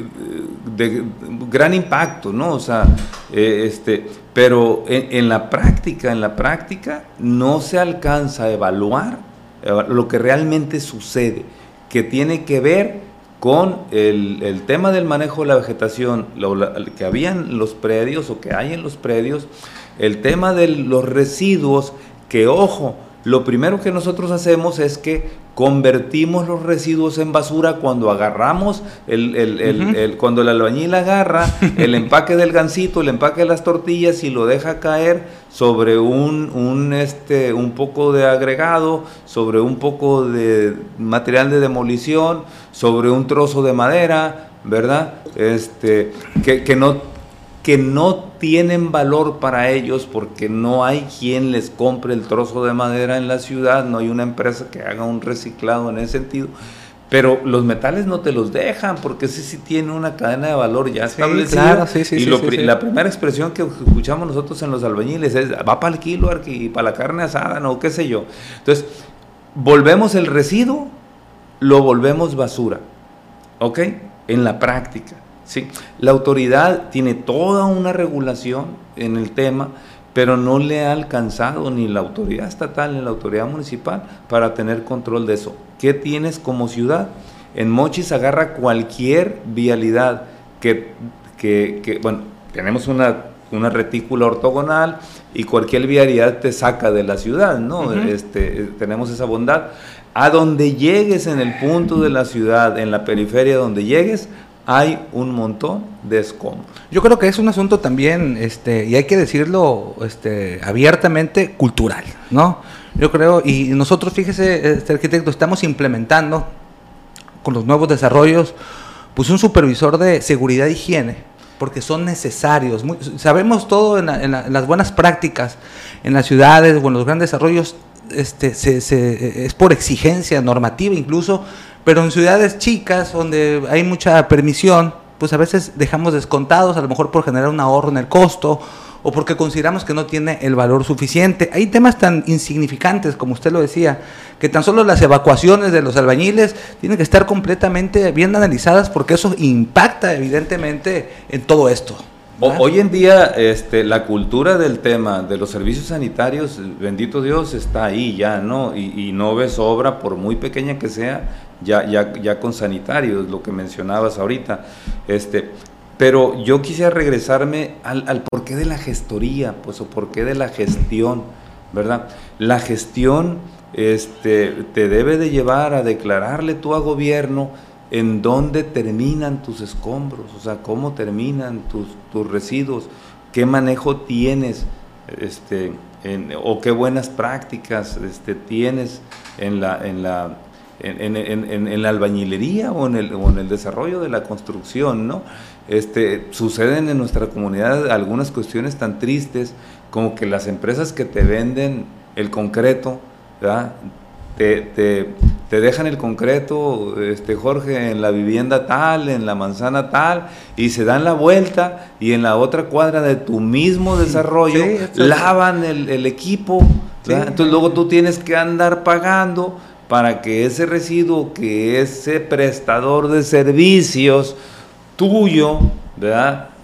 de gran impacto, ¿no? O sea, eh, este, pero en, en la práctica, en la práctica no se alcanza a evaluar lo que realmente sucede, que tiene que ver con el, el tema del manejo de la vegetación, lo, la, que había en los predios o que hay en los predios, el tema de los residuos, que ojo, lo primero que nosotros hacemos es que convertimos los residuos en basura cuando agarramos, el, el, el, uh-huh. el, cuando el albañil agarra el empaque del gansito, el empaque de las tortillas y lo deja caer sobre un, un, este, un poco de agregado, sobre un poco de material de demolición, sobre un trozo de madera, ¿verdad? Este, que, que no... que no tienen valor para ellos porque no hay quien les compre el trozo de madera en la ciudad, no hay una empresa que haga un reciclado en ese sentido, pero los metales no te los dejan porque sí, sí tiene una cadena de valor ya establecida. Sí, claro, sí, sí, y sí, lo, sí, sí. la primera expresión que escuchamos nosotros en los albañiles es, va para el kilo y para la carne asada, no, qué sé yo. Entonces, volvemos el residuo, lo volvemos basura, ¿ok? En la práctica. Sí, la autoridad tiene toda una regulación en el tema, pero no le ha alcanzado ni la autoridad estatal ni la autoridad municipal para tener control de eso. ¿Qué tienes como ciudad? En Mochis agarra cualquier vialidad que, que, que bueno, tenemos una, una retícula ortogonal y cualquier vialidad te saca de la ciudad, ¿no? Uh-huh. Este, tenemos esa bondad. A donde llegues en el punto de la ciudad, en la periferia donde llegues, hay un montón de escombros. Yo creo que es un asunto también, este, y hay que decirlo este, abiertamente, cultural, ¿no? Yo creo, y nosotros, fíjese, este arquitecto, estamos implementando con los nuevos desarrollos, pues un supervisor de seguridad e higiene, porque son necesarios. Muy, sabemos todo en, la, en, la, en las buenas prácticas, en las ciudades o en los grandes desarrollos, este, se, se, es por exigencia normativa incluso, pero en ciudades chicas donde hay mucha permisión, pues a veces dejamos descontados, a lo mejor por generar un ahorro en el costo o porque consideramos que no tiene el valor suficiente. Hay temas tan insignificantes, como usted lo decía, que tan solo las evacuaciones de los albañiles tienen que estar completamente bien analizadas porque eso impacta evidentemente en todo esto. O, hoy en día este, la cultura del tema de los servicios sanitarios, bendito Dios, está ahí ya, ¿no? Y, y no ves obra, por muy pequeña que sea, ya, ya, ya con sanitarios, lo que mencionabas ahorita. Este, pero yo quisiera regresarme al, al porqué de la gestoría, pues, o porqué de la gestión, ¿verdad? La gestión este, te debe de llevar a declararle tú a gobierno en dónde terminan tus escombros, o sea, cómo terminan tus, tus residuos, qué manejo tienes, este, en, o qué buenas prácticas este, tienes en la, en la, en, en, en, en la albañilería o en, el, o en el desarrollo de la construcción, ¿no? Este, suceden en nuestra comunidad algunas cuestiones tan tristes como que las empresas que te venden el concreto, ¿verdad? Te, te, te dejan el concreto, este, Jorge, en la vivienda tal, en la manzana tal, y se dan la vuelta y en la otra cuadra de tu mismo desarrollo sí, lavan el, el equipo, sí, entonces luego tú tienes que andar pagando para que ese residuo, que ese prestador de servicios tuyo, ¿verdad?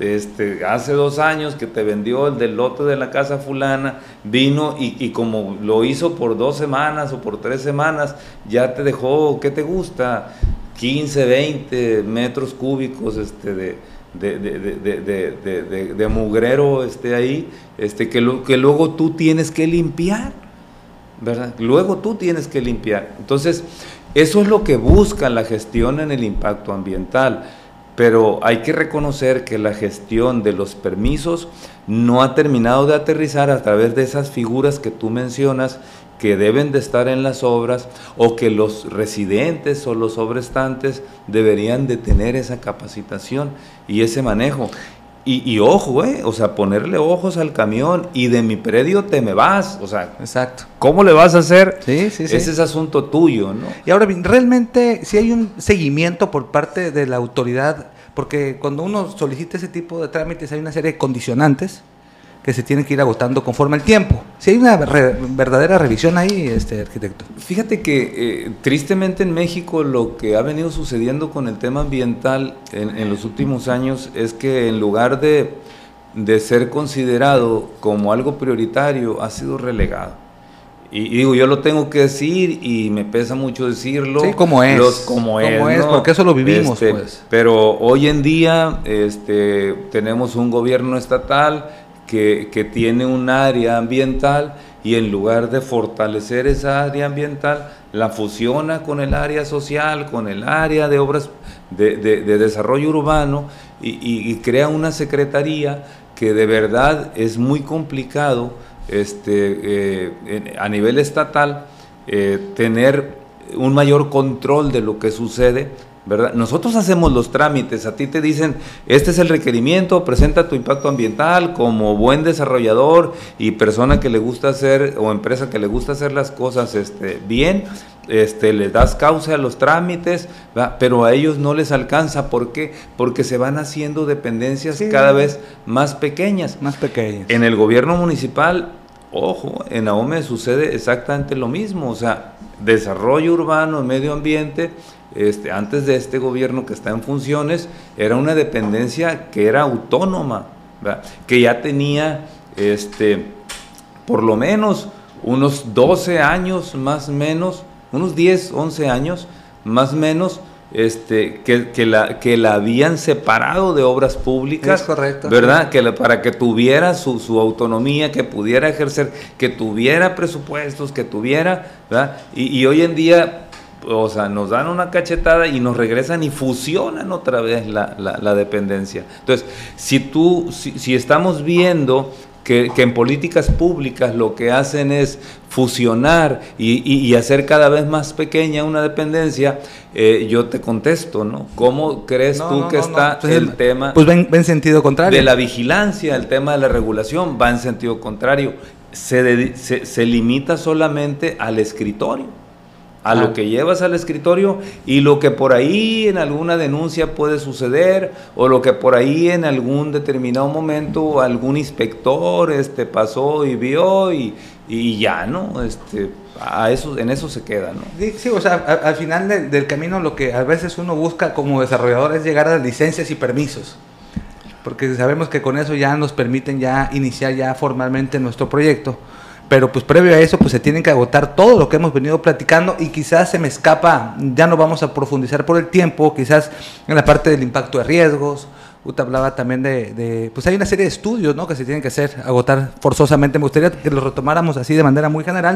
este, hace dos años que te vendió el del lote de la casa fulana, vino y, y como lo hizo por dos semanas o por tres semanas, ya te dejó, ¿qué te gusta? quince, veinte metros cúbicos este, de, de, de, de, de, de, de, de mugrero este, ahí, este, que, lo, que luego tú tienes que limpiar, ¿verdad? Luego tú tienes que limpiar. Entonces, eso es lo que busca la gestión en el impacto ambiental. Pero hay que reconocer que la gestión de los permisos no ha terminado de aterrizar a través de esas figuras que tú mencionas que deben de estar en las obras o que los residentes o los sobrestantes deberían de tener esa capacitación y ese manejo. Y, y ojo, eh, o sea, ponerle ojos al camión y de mi predio te me vas, o sea, exacto. ¿Cómo le vas a hacer? Sí, sí, sí. Ese es asunto tuyo, ¿no? Y ahora bien, realmente si hay un seguimiento por parte de la autoridad, porque cuando uno solicita ese tipo de trámites hay una serie de condicionantes que se tienen que ir agotando conforme al tiempo. Si hay una re, verdadera revisión ahí, este arquitecto. Fíjate que eh, tristemente en México lo que ha venido sucediendo con el tema ambiental en, en los últimos años es que en lugar de, de ser considerado como algo prioritario, ha sido relegado. Y, y digo, yo lo tengo que decir y me pesa mucho decirlo. Sí, como es. Los, como, como es, es, ¿no? Porque eso lo vivimos, este, pues. Pero hoy en día este, tenemos un gobierno estatal que, que tiene un área ambiental y en lugar de fortalecer esa área ambiental, la fusiona con el área social, con el área de obras de, de, de desarrollo urbano y, y, y crea una secretaría que de verdad es muy complicado este, eh, a nivel estatal eh, tener un mayor control de lo que sucede, ¿verdad? Nosotros hacemos los trámites, a ti te dicen, este es el requerimiento, presenta tu impacto ambiental como buen desarrollador y persona que le gusta hacer, o empresa que le gusta hacer las cosas este, bien, este, le das cauce a los trámites, ¿verdad? Pero a ellos no les alcanza, ¿por qué? Porque se van haciendo dependencias sí, cada vez más pequeñas. Más pequeñas. En el gobierno municipal, ojo, en AOME sucede exactamente lo mismo, o sea, desarrollo urbano, medio ambiente. Este, antes de este gobierno que está en funciones, era una dependencia que era autónoma, ¿verdad? Que ya tenía este, por lo menos unos doce años más o menos, unos diez, once años más o menos, este, que, que, la, que la habían separado de obras públicas, es correcto, ¿verdad? Que la, para que tuviera su, su autonomía, que pudiera ejercer, que tuviera presupuestos, que tuviera, ¿verdad? Y, y hoy en día, o sea, nos dan una cachetada y nos regresan y fusionan otra vez la, la, la dependencia. Entonces, si tú, si, si estamos viendo que, que en políticas públicas lo que hacen es fusionar y, y, y hacer cada vez más pequeña una dependencia, eh, yo te contesto, ¿no? ¿Cómo crees no, tú no, que no, está no. Pues el, el tema? Pues ven, ven sentido contrario. De la vigilancia, el tema de la regulación va en sentido contrario. Se, de, se, se limita solamente al escritorio, a lo que llevas al escritorio y lo que por ahí en alguna denuncia puede suceder o lo que por ahí en algún determinado momento algún inspector este, pasó y vio y, y ya, ¿no? Este, a eso, en eso se queda, ¿no? Sí, sí, o sea, a, al final de, del camino lo que a veces uno busca como desarrollador es llegar a las licencias y permisos, porque sabemos que con eso ya nos permiten ya iniciar ya formalmente nuestro proyecto. Pero pues previo a eso pues se tienen que agotar todo lo que hemos venido platicando y quizás se me escapa, ya no vamos a profundizar por el tiempo, quizás en la parte del impacto de riesgos. Usted hablaba también de, de, pues hay una serie de estudios, ¿no?, que se tienen que hacer, agotar forzosamente. Me gustaría que los retomáramos así de manera muy general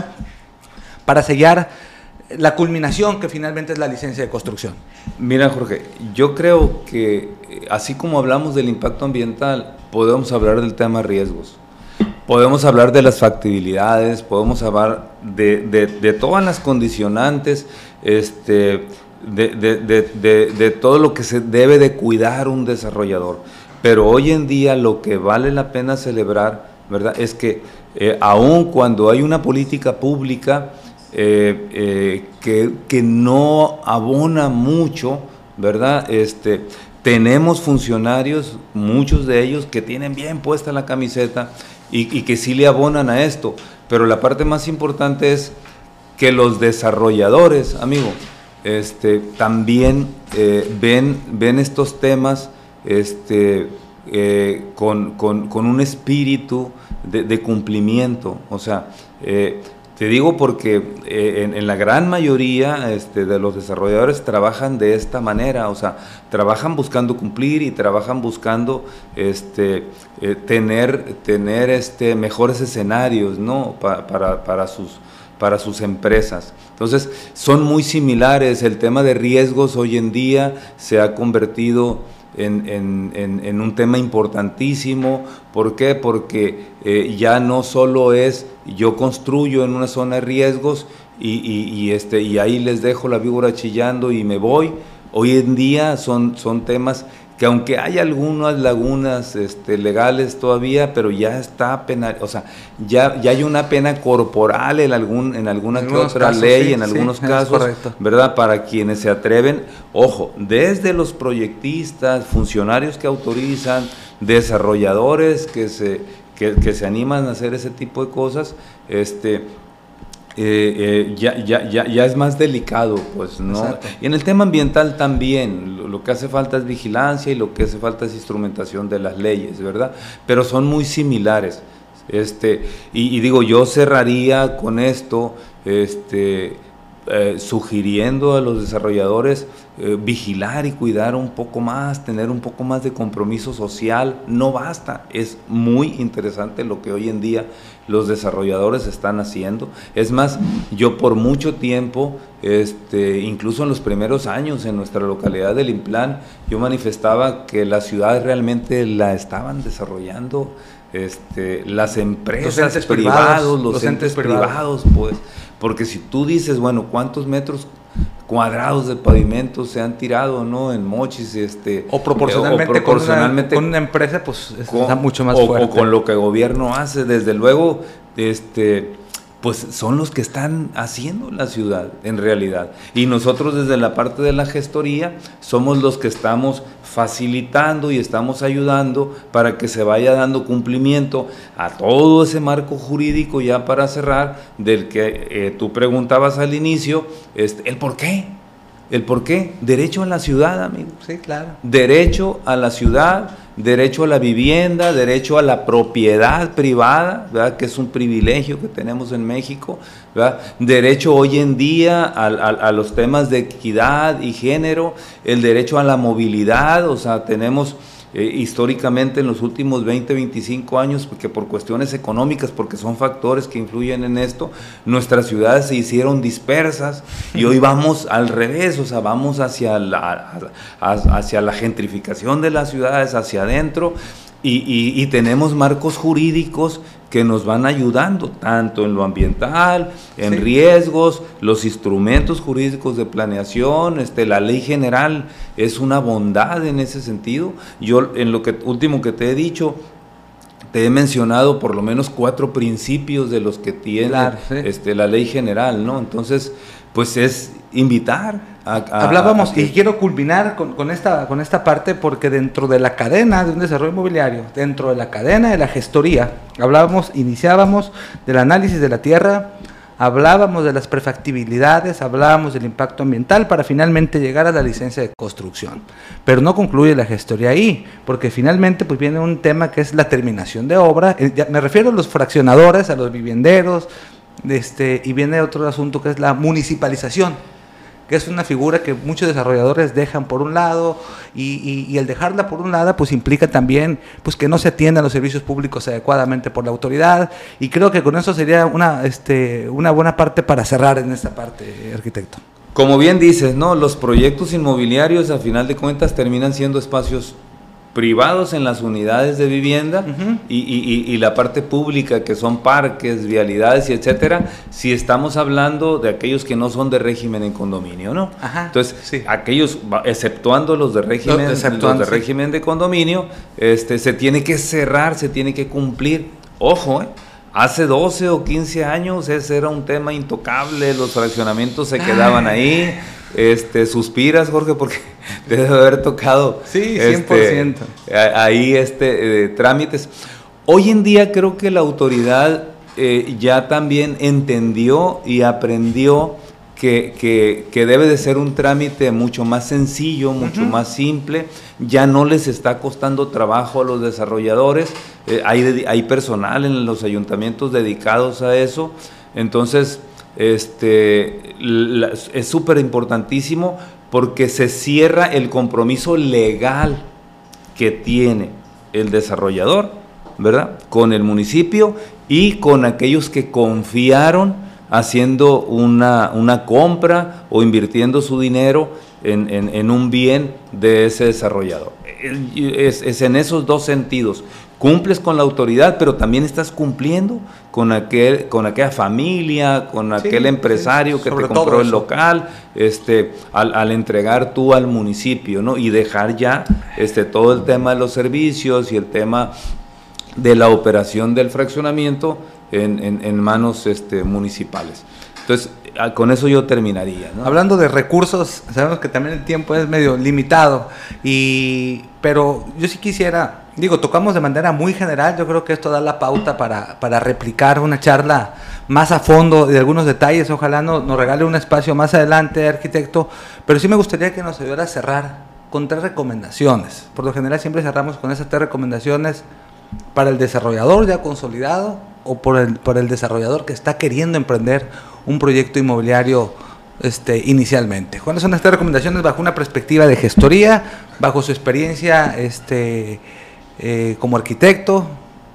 para sellar la culminación que finalmente es la licencia de construcción. Mira, Jorge, yo creo que así como hablamos del impacto ambiental, podemos hablar del tema riesgos. Podemos hablar de las factibilidades, podemos hablar de, de, de todas las condicionantes, este, de, de, de, de, de todo lo que se debe de cuidar un desarrollador. Pero hoy en día lo que vale la pena celebrar, ¿verdad?, es que eh, aun cuando hay una política pública eh, eh, que, que no abona mucho, ¿verdad?, este, tenemos funcionarios, muchos de ellos que tienen bien puesta la camiseta, Y, y que sí le abonan a esto, pero la parte más importante es que los desarrolladores, amigo, este, también eh, ven, ven estos temas este, eh, con, con, con un espíritu de, de cumplimiento. O sea, eh, te digo porque eh, en, en la gran mayoría este, de los desarrolladores trabajan de esta manera, o sea, trabajan buscando cumplir y trabajan buscando este, eh, tener, tener este, mejores escenarios, ¿no? Pa, para, para, sus, para sus empresas. Entonces, son muy similares. El tema de riesgos hoy en día se ha convertido En, en, en, en un tema importantísimo. ¿Por qué? Porque eh, ya no solo es yo construyo en una zona de riesgos y, y, y, este, y ahí les dejo la víbora chillando y me voy. Hoy en día son, son temas que aunque hay algunas lagunas este, legales todavía, pero ya está penal, o sea, ya, ya hay una pena corporal en, algún, en alguna en que otra casos, ley, sí, en algunos sí, casos, ¿verdad? Para quienes se atreven, ojo, desde los proyectistas, funcionarios que autorizan, desarrolladores que se, que, que se animan a hacer ese tipo de cosas, este... Eh, eh, ya, ya, ya, ya es más delicado, pues, ¿no? Exacto. Y en el tema ambiental también, lo, lo que hace falta es vigilancia y lo que hace falta es instrumentación de las leyes, ¿verdad? Pero son muy similares. Este, y, y digo, yo cerraría con esto, este, eh, sugiriendo a los desarrolladores eh, vigilar y cuidar un poco más, tener un poco más de compromiso social. No basta, es muy interesante lo que hoy en día los desarrolladores están haciendo. Es más, yo por mucho tiempo, este, incluso en los primeros años en nuestra localidad del Inclán, yo manifestaba que la ciudad realmente la estaban desarrollando este, las empresas los entes privados, privados, los, los entes, entes privados, privados, pues, porque si tú dices, bueno, ¿cuántos metros cuadrados de pavimento se han tirado, ¿no? En Mochis, este, o proporcionalmente, eh, o proporcionalmente con, una, con una empresa, pues con, está mucho más o, fuerte. O con lo que el gobierno hace, desde luego, este, pues son los que están haciendo la ciudad, en realidad. Y nosotros desde la parte de la gestoría somos los que estamos facilitando y estamos ayudando para que se vaya dando cumplimiento a todo ese marco jurídico, ya para cerrar, del que eh, tú preguntabas al inicio, este, el por qué, el por qué, derecho a la ciudad, amigo. Sí, claro. Derecho a la ciudad, derecho a la vivienda, derecho a la propiedad privada, ¿verdad? Que es un privilegio que tenemos en México, ¿verdad? Derecho hoy en día a, a, a los temas de equidad y género, el derecho a la movilidad, o sea, tenemos eh, históricamente en los últimos veinte, veinticinco años, porque por cuestiones económicas, porque son factores que influyen en esto, nuestras ciudades se hicieron dispersas y hoy vamos al revés, o sea, vamos hacia la, hacia la gentrificación de las ciudades, hacia adentro, y, y, y tenemos marcos jurídicos que nos van ayudando tanto en lo ambiental, en sí. riesgos, los instrumentos jurídicos de planeación, este, la ley general es una bondad en ese sentido. Yo en lo que último que te he dicho, te he mencionado por lo menos cuatro principios de los que tiene claro, sí. este, la ley general, ¿no? Entonces, pues es invitar a... a Hablábamos, a que... y quiero culminar con, con, esta, con esta parte, porque dentro de la cadena de un desarrollo inmobiliario, dentro de la cadena de la gestoría, hablábamos, iniciábamos del análisis de la tierra, hablábamos de las prefactibilidades, hablábamos del impacto ambiental para finalmente llegar a la licencia de construcción. Pero no concluye la gestoría ahí, porque finalmente pues viene un tema que es la terminación de obra. Me refiero a los fraccionadores, a los vivienderos, este, y viene otro asunto que es la municipalización, que es una figura que muchos desarrolladores dejan por un lado, y, y, y el dejarla por un lado pues implica también pues que no se atiendan los servicios públicos adecuadamente por la autoridad, y creo que con eso sería una, este, una buena parte para cerrar en esta parte, arquitecto. Como bien dices, ¿no? Los proyectos inmobiliarios a final de cuentas terminan siendo espacios privados en las unidades de vivienda uh-huh. y, y, y la parte pública, que son parques, vialidades y etcétera, si estamos hablando de aquellos que no son de régimen en condominio, ¿no? Ajá, entonces, sí. aquellos, exceptuando los de régimen, los de sí. régimen de condominio, este, se tiene que cerrar, se tiene que cumplir. Ojo, ¿eh? Hace doce o quince años ese era un tema intocable, los fraccionamientos se quedaban ahí. Este, suspiras, Jorge, porque te debe haber tocado sí, cien por ciento. Este, ahí este, eh, trámites. Hoy en día creo que la autoridad eh, ya también entendió y aprendió que, que, que debe de ser un trámite mucho más sencillo, mucho uh-huh. más simple, ya no les está costando trabajo a los desarrolladores, eh, hay, hay personal en los ayuntamientos dedicados a eso, entonces este, la, es súper importantísimo porque se cierra el compromiso legal que tiene el desarrollador, ¿verdad?, con el municipio y con aquellos que confiaron haciendo una, una compra o invirtiendo su dinero en, en, en un bien de ese desarrollador. Es, es en esos dos sentidos. Cumples con la autoridad, pero también estás cumpliendo con aquel, con aquella familia, con aquel sí, empresario sí, que te compró el local, este, al, al entregar tú al municipio, ¿no? Y dejar ya este, todo el tema de los servicios y el tema de la operación del fraccionamiento en, en, en manos este, municipales. Entonces, con eso yo terminaría, ¿no? Hablando de recursos, sabemos que también el tiempo es medio limitado, y, pero yo sí quisiera, digo, tocamos de manera muy general, yo creo que esto da la pauta para, para replicar una charla más a fondo de algunos detalles, ojalá no, nos regale un espacio más adelante, arquitecto, pero sí me gustaría que nos ayudara a cerrar con tres recomendaciones. Por lo general siempre cerramos con esas tres recomendaciones para el desarrollador ya consolidado o por el, por el desarrollador que está queriendo emprender un proyecto inmobiliario este, inicialmente. ¿Cuáles son estas recomendaciones bajo una perspectiva de gestoría, bajo su experiencia este, eh, como arquitecto?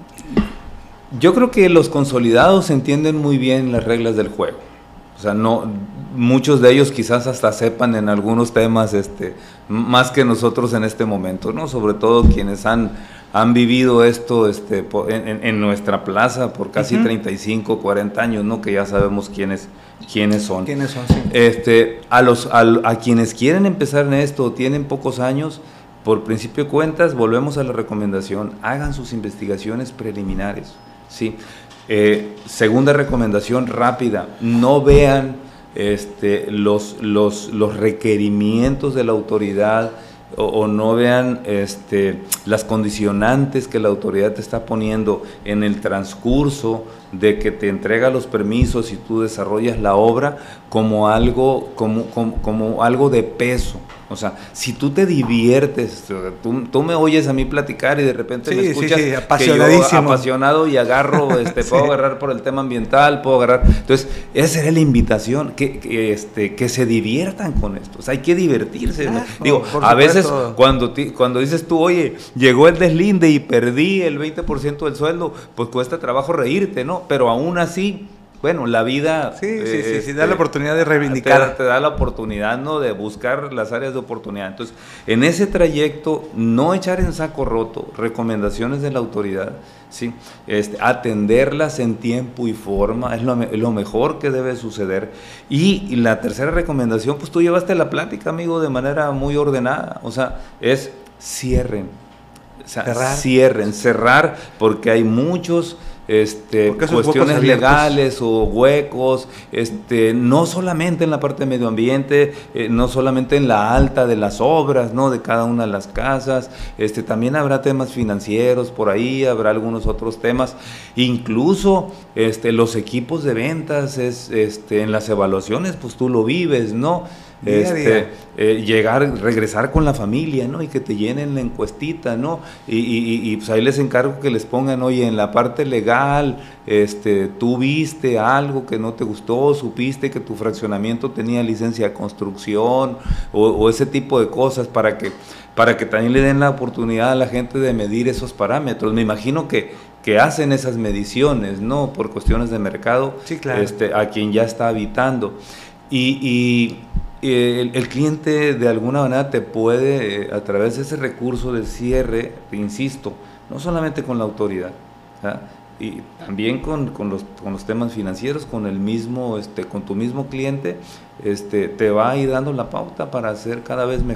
Yo creo que los consolidados entienden muy bien las reglas del juego. O sea, no, muchos de ellos quizás hasta sepan en algunos temas este, más que nosotros en este momento, ¿no? Sobre todo quienes han, han vivido esto este, en, en nuestra plaza por casi uh-huh. treinta y cinco, cuarenta años, ¿no? Que ya sabemos quiénes, quiénes son. ¿Quiénes son? Sí. Este, a, los, a, a quienes quieren empezar en esto, tienen pocos años, por principio de cuentas, volvemos a la recomendación, hagan sus investigaciones preliminares, ¿sí? Eh, segunda recomendación rápida, no vean este, los, los, los requerimientos de la autoridad o, o no vean este, las condicionantes que la autoridad te está poniendo en el transcurso de que te entrega los permisos y tú desarrollas la obra como algo, como, como, como algo de peso. O sea, si tú te diviertes, tú, tú me oyes a mí platicar y de repente sí, me escuchas sí, sí, apasionadísimo. Que yo apasionado y agarro, este, sí. puedo agarrar por el tema ambiental, puedo agarrar. Entonces, esa sería la invitación, que, que, este, que se diviertan con esto. O sea, hay que divertirse. Ah, Digo, no, a veces cuando, ti, cuando dices tú, oye, llegó el deslinde y perdí el veinte por ciento del sueldo, pues cuesta trabajo reírte, ¿no? Pero aún así, bueno, la vida... Sí, sí, sí, este, sí, da la oportunidad de reivindicar. Te, te da la oportunidad, ¿no?, de buscar las áreas de oportunidad. Entonces, en ese trayecto, no echar en saco roto recomendaciones de la autoridad, ¿sí? Este, atenderlas en tiempo y forma, es lo, lo mejor que debe suceder. Y, y la tercera recomendación, pues tú llevaste la plática, amigo, de manera muy ordenada. O sea, es cierren. O sea, cerrar. Cierren, cerrar, porque hay muchos... Este, cuestiones legales o huecos, este, no solamente en la parte de medio ambiente, eh, no solamente en la alta de las obras, ¿no?, de cada una de las casas, este, también habrá temas financieros por ahí, habrá algunos otros temas, incluso este, los equipos de ventas, es, este, en las evaluaciones, pues tú lo vives, ¿no? Día este, día. Eh, llegar, regresar con la familia, ¿no? Y que te llenen la encuestita, ¿no? Y, y, y pues ahí les encargo que les pongan, oye, en la parte legal, este, tú viste algo que no te gustó, supiste que tu fraccionamiento tenía licencia de construcción, o, o ese tipo de cosas, para que, para que también le den la oportunidad a la gente de medir esos parámetros. Me imagino que que hacen esas mediciones, ¿no? Por cuestiones de mercado, sí, claro. este, a quien ya está habitando. Y... y El, el cliente de alguna manera te puede, a través de ese recurso de cierre, te insisto, no solamente con la autoridad, ¿verdad?, y también con, con, los, con los temas financieros, con el mismo, este, con tu mismo cliente, este, te va a ir dando la pauta para hacer cada vez mejor.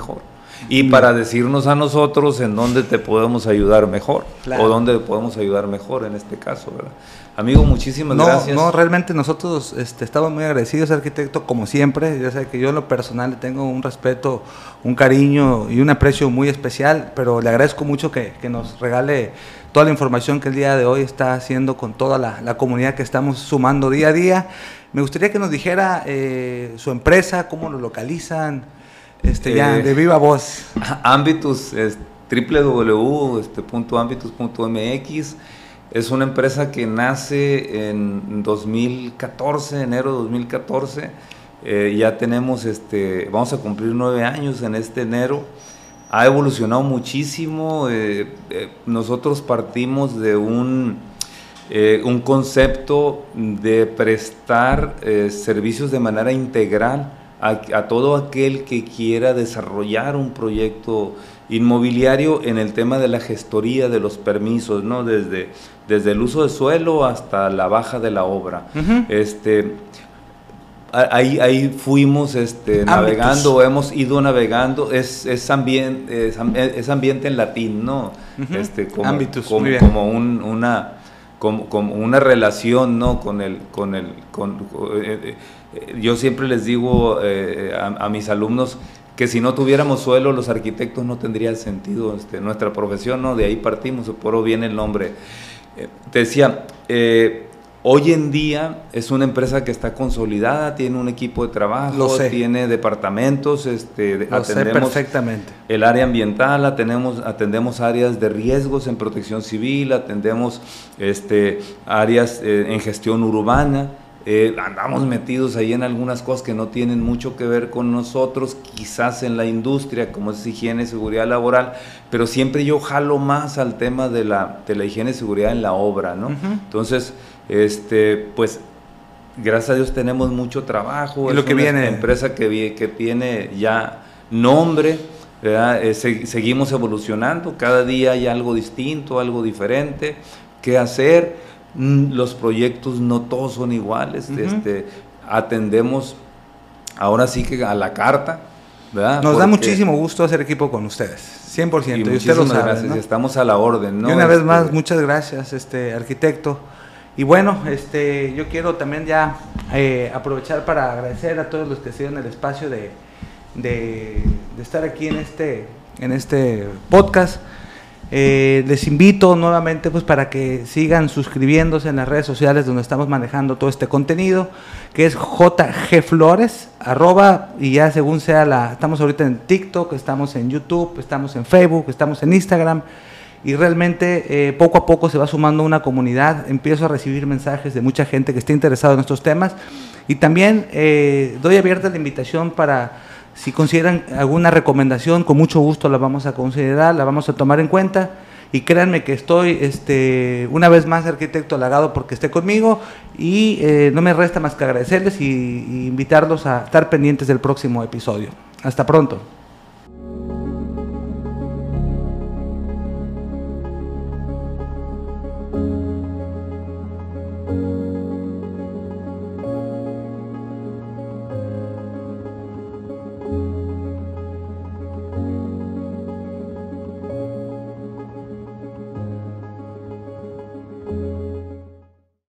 y para decirnos a nosotros en dónde te podemos ayudar mejor, claro, o dónde podemos ayudar mejor en este caso, ¿verdad? Amigo, muchísimas no, gracias. No, realmente nosotros este, estamos muy agradecidos, arquitecto, como siempre. Ya sé que yo en lo personal le tengo un respeto, un cariño y un aprecio muy especial, pero le agradezco mucho que, que nos regale toda la información que el día de hoy está haciendo con toda la, la comunidad que estamos sumando día a día. Me gustaría que nos dijera eh, su empresa, cómo lo localizan, este, eh, ya de viva voz. Ambitus, es doble u doble u doble u punto ambitus punto m x. Es una empresa que nace en dos mil catorce, enero de dos mil catorce. Eh, ya tenemos, este, vamos a cumplir nueve años en este enero. Ha evolucionado muchísimo. Eh, eh, nosotros partimos de un, eh, un concepto de prestar eh, servicios de manera integral a, a todo aquel que quiera desarrollar un proyecto inmobiliario en el tema de la gestoría de los permisos, ¿no? Desde, desde el uso de suelo hasta la baja de la obra. Uh-huh. Este, ahí, ahí fuimos este, navegando, hemos ido navegando, es, es, ambiente, es, es ambiente en latín, ¿no? Uh-huh. Este, como, Ámbitus, como, como un, una... Como, como una relación, ¿no? Con el, con el, con, eh, eh, yo siempre les digo eh, a, a mis alumnos que si no tuviéramos suelo, los arquitectos no tendría sentido este, nuestra profesión, ¿no? De ahí partimos, por eso viene el nombre. Eh, te decía, eh, hoy en día es una empresa que está consolidada, tiene un equipo de trabajo, tiene departamentos, este, Lo atendemos sé perfectamente. El área ambiental, atendemos, atendemos áreas de riesgos en protección civil, atendemos este, áreas eh, en gestión urbana. Eh, andamos metidos ahí en algunas cosas que no tienen mucho que ver con nosotros, quizás en la industria, como es higiene y seguridad laboral, pero siempre yo jalo más al tema de la, de la higiene y seguridad en la obra, ¿no? Uh-huh. Entonces, este, pues, gracias a Dios tenemos mucho trabajo. ¿Y es lo que una viene? empresa que, que tiene ya nombre, ¿verdad? Eh, se, seguimos evolucionando, cada día hay algo distinto, algo diferente que hacer. Los proyectos no todos son iguales. Uh-huh. este, atendemos ahora sí que a la carta, ¿verdad? Nos Porque, da muchísimo gusto hacer equipo con ustedes, cien por ciento, y, y usted lo sabe, gracias, ¿no? Estamos a la orden, ¿no? Y una este, vez más, muchas gracias, este arquitecto. Y bueno, este, yo quiero también ya eh, aprovechar para agradecer a todos los que se dieron el espacio de, de, de estar aquí en este, en este podcast. Eh, les invito nuevamente pues para que sigan suscribiéndose en las redes sociales donde estamos manejando todo este contenido, que es J G Flores, arroba, y ya según sea la, estamos ahorita en TikTok, estamos en YouTube, estamos en Facebook, estamos en Instagram, y realmente eh, poco a poco se va sumando una comunidad. Empiezo a recibir mensajes de mucha gente que está interesada en estos temas, y también eh, doy abierta la invitación para, si consideran alguna recomendación, con mucho gusto la vamos a considerar, la vamos a tomar en cuenta, y créanme que estoy este, una vez más, arquitecto, halagado porque esté conmigo, y eh, no me resta más que agradecerles y, y invitarlos a estar pendientes del próximo episodio. Hasta pronto.